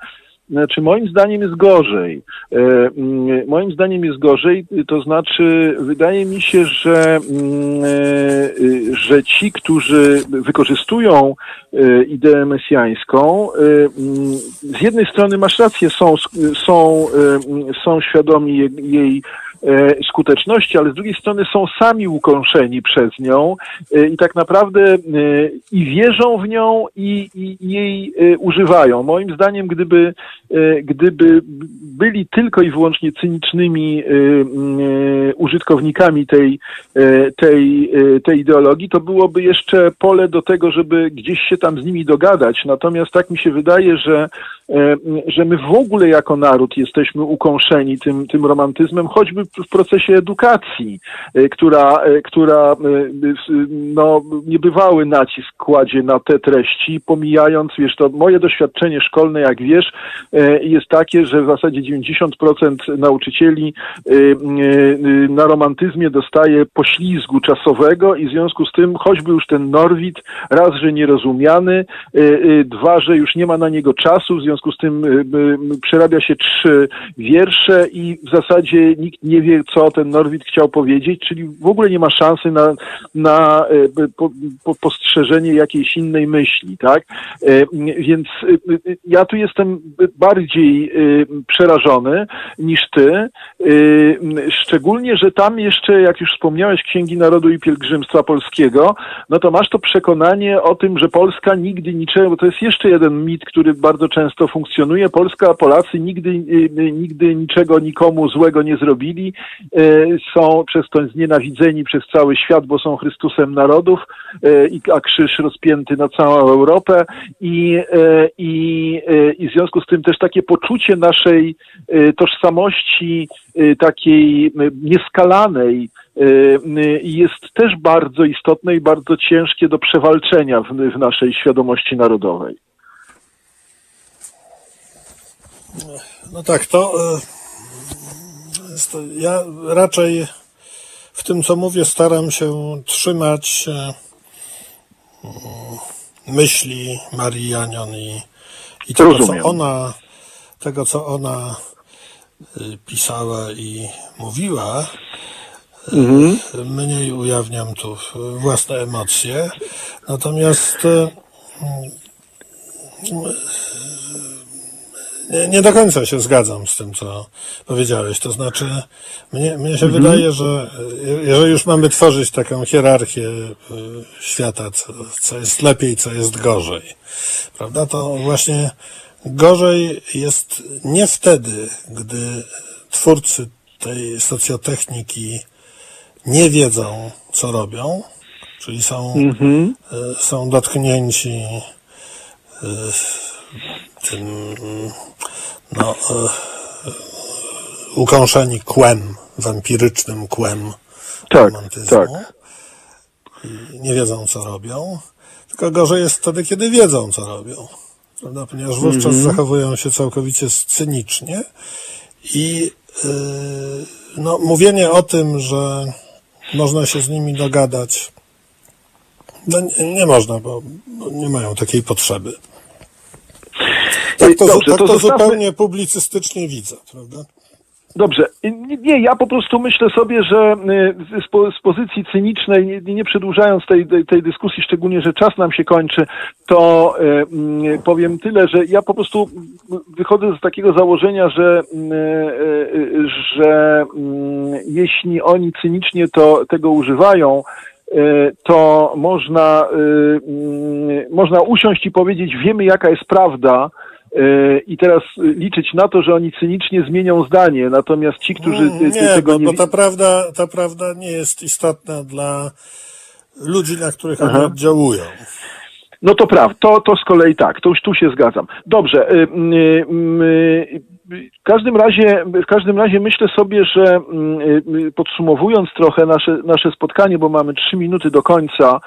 Znaczy, moim zdaniem jest gorzej. E, mm, moim zdaniem jest gorzej, to znaczy, wydaje mi się, że, mm, e, że ci, którzy wykorzystują e, ideę mesjańską, e, mm, z jednej strony masz rację, są, są, e, są świadomi jej, jej skuteczności, ale z drugiej strony są sami ukąszeni przez nią i tak naprawdę i wierzą w nią i, i jej używają. Moim zdaniem, gdyby, gdyby byli tylko i wyłącznie cynicznymi użytkownikami tej, tej, tej ideologii, to byłoby jeszcze pole do tego, żeby gdzieś się tam z nimi dogadać. Natomiast tak mi się wydaje, że że my w ogóle jako naród jesteśmy ukąszeni tym, tym romantyzmem, choćby w procesie edukacji, która, która no, niebywały nacisk kładzie na te treści, pomijając, wiesz, to moje doświadczenie szkolne, jak wiesz, jest takie, że w zasadzie dziewięćdziesiąt procent nauczycieli na romantyzmie dostaje poślizgu czasowego i w związku z tym, choćby już ten Norwid, raz, że nierozumiany, dwa, że już nie ma na niego czasu, w związku W związku z tym przerabia się trzy wiersze i w zasadzie nikt nie wie, co ten Norwid chciał powiedzieć, czyli w ogóle nie ma szansy na, na po, po postrzeżenie jakiejś innej myśli, tak? Więc ja tu jestem bardziej przerażony niż ty, szczególnie, że tam jeszcze, jak już wspomniałeś, Księgi Narodu i Pielgrzymstwa Polskiego, no to masz to przekonanie o tym, że Polska nigdy niczego, bo to jest jeszcze jeden mit, który bardzo często funkcjonuje. Polska, Polacy nigdy, nigdy niczego nikomu złego nie zrobili. Są przez to znienawidzeni przez cały świat, bo są Chrystusem narodów, a krzyż rozpięty na całą Europę i, i, i w związku z tym też takie poczucie naszej tożsamości takiej nieskalanej jest też bardzo istotne i bardzo ciężkie do przewalczenia w, w naszej świadomości narodowej. No tak, to, to ja raczej w tym, co mówię, staram się trzymać myśli Marii Janion i, i tego, co ona, tego, co ona pisała i mówiła. Mhm. Mniej ujawniam tu własne emocje. Natomiast Nie, nie do końca się zgadzam z tym, co powiedziałeś. To znaczy, mnie, mnie się mhm. wydaje, że jeżeli już mamy tworzyć taką hierarchię świata, co, co jest lepiej, co jest gorzej, prawda, to właśnie gorzej jest nie wtedy, gdy twórcy tej socjotechniki nie wiedzą, co robią, czyli są, mhm. są dotknięci tym, no, ukąszeni kłem, wampirycznym kłem tak, romantyzmu. Tak. I nie wiedzą, co robią. Tylko gorzej jest wtedy, kiedy wiedzą, co robią. Prawda? Ponieważ wówczas mm-hmm. zachowują się całkowicie cynicznie i yy, no, mówienie o tym, że można się z nimi dogadać, no, nie, nie można, bo, bo nie mają takiej potrzeby. Tak to, Dobrze, tak to, to zostawmy... zupełnie publicystycznie widzę, prawda? Dobrze. Nie, ja po prostu myślę sobie, że z, po, z pozycji cynicznej, nie, nie przedłużając tej, tej, tej dyskusji, szczególnie, że czas nam się kończy, to y, powiem tyle, że ja po prostu wychodzę z takiego założenia, że, y, y, że y, jeśli oni cynicznie to, tego używają, to można, można usiąść i powiedzieć, wiemy, jaka jest prawda, i teraz liczyć na to, że oni cynicznie zmienią zdanie, natomiast ci, którzy nie, tego bo, nie... bo ta prawda, ta prawda nie jest istotna dla ludzi, na których oni oddziałują. No to prawda, to, to z kolei tak, to już tu się zgadzam. Dobrze, w każdym razie, w każdym razie myślę sobie, że podsumowując trochę nasze, nasze spotkanie, bo mamy trzy minuty do końca,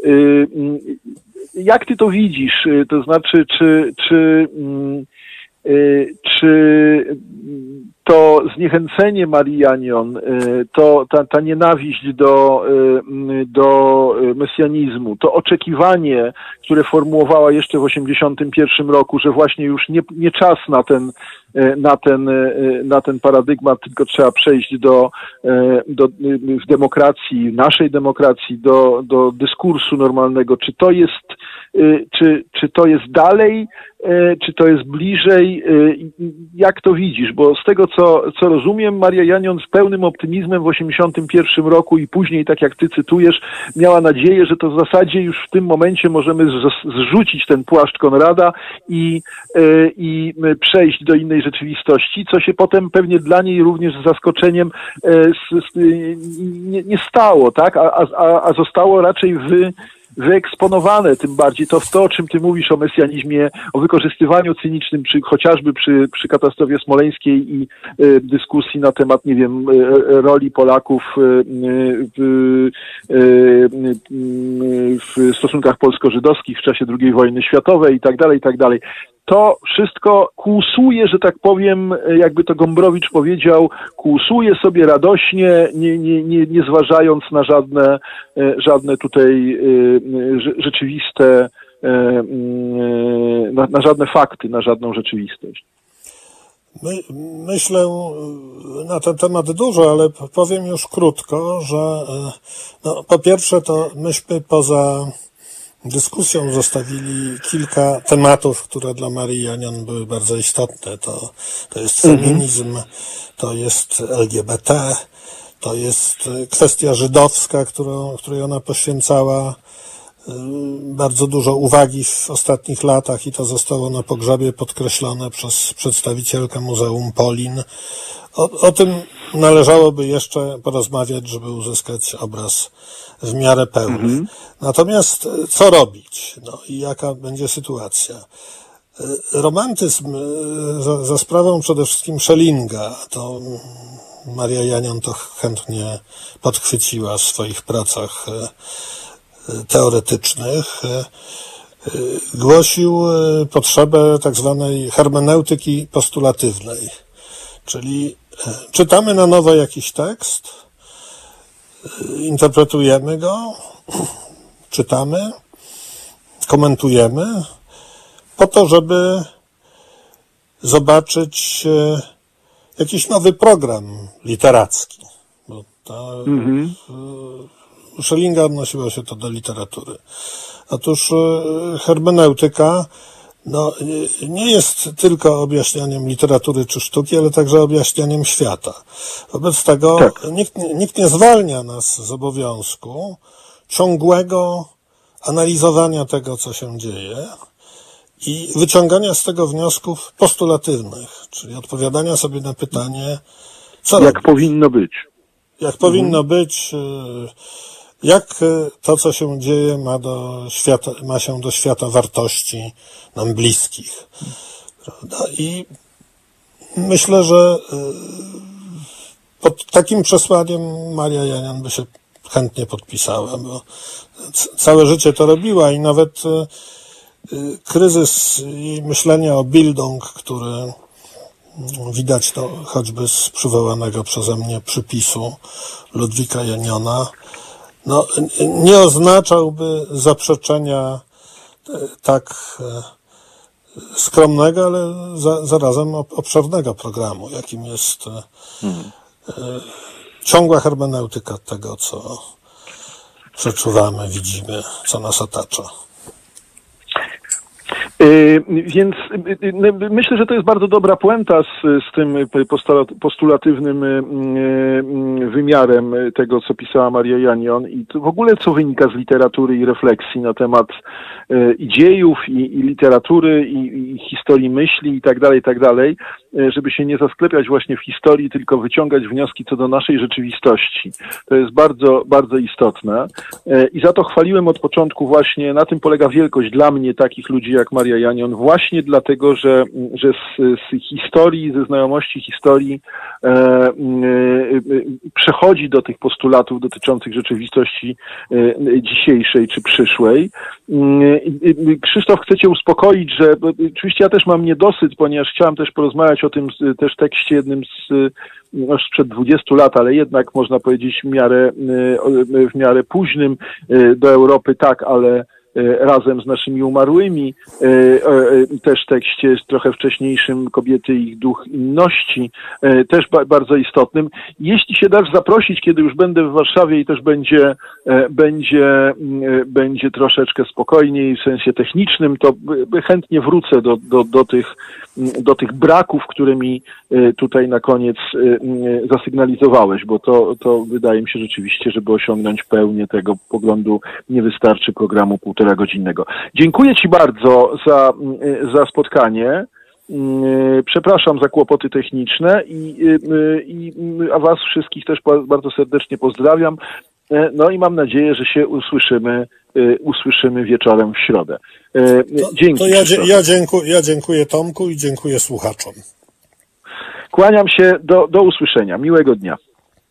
jak ty to widzisz? To znaczy, czy, czy, czy to zniechęcenie Marii Janion, to ta, ta nienawiść do, do mesjanizmu, to oczekiwanie, które formułowała jeszcze w osiemdziesiątym pierwszym roku, że właśnie już nie, nie czas na ten, na ten, na ten paradygmat, tylko trzeba przejść do, do w demokracji, naszej demokracji, do, do dyskursu normalnego. Czy to jest, czy, czy to jest dalej, czy to jest bliżej, jak to widzisz? Bo z tego, co, co rozumiem, Maria Janion z pełnym optymizmem w osiemdziesiątym pierwszym roku i później, tak jak ty cytujesz, miała nadzieję, że to w zasadzie już w tym momencie możemy zrzucić ten płaszcz Konrada i, i przejść do innej rzeczywistości, co się potem pewnie dla niej również z zaskoczeniem nie, nie stało, tak? A, a, a zostało raczej wy wyeksponowane, tym bardziej to, to, o czym ty mówisz o mesjanizmie, o wykorzystywaniu cynicznym, przy, chociażby przy, przy katastrofie smoleńskiej i y, dyskusji na temat, nie wiem, y, roli Polaków y, w, y, y, w stosunkach polsko-żydowskich w czasie drugiej wojny światowej i tak dalej, i tak dalej. To wszystko kłusuje, że tak powiem, jakby to Gombrowicz powiedział, kłusuje sobie radośnie, nie, nie, nie, nie zważając na żadne, żadne tutaj rzeczywiste, na, na żadne fakty, na żadną rzeczywistość. My, myślę na ten temat dużo, ale powiem już krótko, że no, po pierwsze to myśmy poza dyskusją zostawili kilka tematów, które dla Marii Janion były bardzo istotne. To, to jest feminizm, to jest L G B T, to jest kwestia żydowska, którą, której ona poświęcała bardzo dużo uwagi w ostatnich latach i to zostało na pogrzebie podkreślone przez przedstawicielkę Muzeum Polin. O, o tym należałoby jeszcze porozmawiać, żeby uzyskać obraz w miarę pełny. Mhm. Natomiast co robić? No i jaka będzie sytuacja? Romantyzm za, za sprawą przede wszystkim Schellinga, to Maria Janion to chętnie podchwyciła w swoich pracach teoretycznych, głosił potrzebę tak zwanej hermeneutyki postulatywnej, czyli czytamy na nowo jakiś tekst, interpretujemy go, czytamy, komentujemy, po to, żeby zobaczyć jakiś nowy program literacki. Bo ta, mm-hmm. U Schellinga odnosiło się to do literatury. Otóż hermeneutyka no, nie jest tylko objaśnianiem literatury czy sztuki, ale także objaśnianiem świata. Wobec tego tak. nikt, nikt nie zwalnia nas z obowiązku ciągłego analizowania tego, co się dzieje i wyciągania z tego wniosków postulatywnych, czyli odpowiadania sobie na pytanie, co jak robić? powinno być. Jak powinno mhm. być, jak to, co się dzieje, ma, do świata, ma się do świata wartości nam bliskich. Prawda? I myślę, że pod takim przesłaniem Maria Janion by się chętnie podpisała, bo całe życie to robiła i nawet kryzys jej myślenia o Bildung, który widać to choćby z przywołanego przeze mnie przypisu Ludwika Janiona, no, nie oznaczałby zaprzeczenia tak skromnego, ale za, zarazem obszernego programu, jakim jest hmm. ciągła hermeneutyka tego, co przeczuwamy, widzimy, co nas otacza. Więc myślę, że to jest bardzo dobra puenta z, z tym postulatywnym wymiarem tego, co pisała Maria Janion i to w ogóle co wynika z literatury i refleksji na temat i dziejów, i, i literatury, i, i historii myśli i tak dalej, i tak dalej, żeby się nie zasklepiać właśnie w historii, tylko wyciągać wnioski co do naszej rzeczywistości. To jest bardzo, bardzo istotne i za to chwaliłem od początku właśnie, na tym polega wielkość dla mnie takich ludzi jak Maria Janion, właśnie dlatego, że, że z, z historii, ze znajomości historii e, e, przechodzi do tych postulatów dotyczących rzeczywistości e, dzisiejszej czy przyszłej. E, Krzysztof, chcę cię uspokoić, że oczywiście ja też mam niedosyt, ponieważ chciałem też porozmawiać o tym też tekście jednym z no, sprzed dwudziestu lat, ale jednak można powiedzieć w miarę, w miarę późnym do Europy, tak, ale razem z naszymi umarłymi, też tekście trochę wcześniejszym Kobiety i ich duch inności, też bardzo istotnym. Jeśli się dasz zaprosić, kiedy już będę w Warszawie i też będzie, będzie, będzie troszeczkę spokojniej w sensie technicznym, to chętnie wrócę do, do, do tych, do tych braków, które mi tutaj na koniec zasygnalizowałeś, bo to, to wydaje mi się rzeczywiście, żeby osiągnąć pełnię tego poglądu, nie wystarczy programu półtora godzinnego. Dziękuję Ci bardzo za, za spotkanie. Przepraszam za kłopoty techniczne i, i a Was wszystkich też bardzo serdecznie pozdrawiam. No i mam nadzieję, że się usłyszymy, usłyszymy wieczorem w środę. Dzięki. To, to ja, ja, dziękuję, ja dziękuję Tomku i dziękuję słuchaczom. Kłaniam się, do, do usłyszenia. Miłego dnia.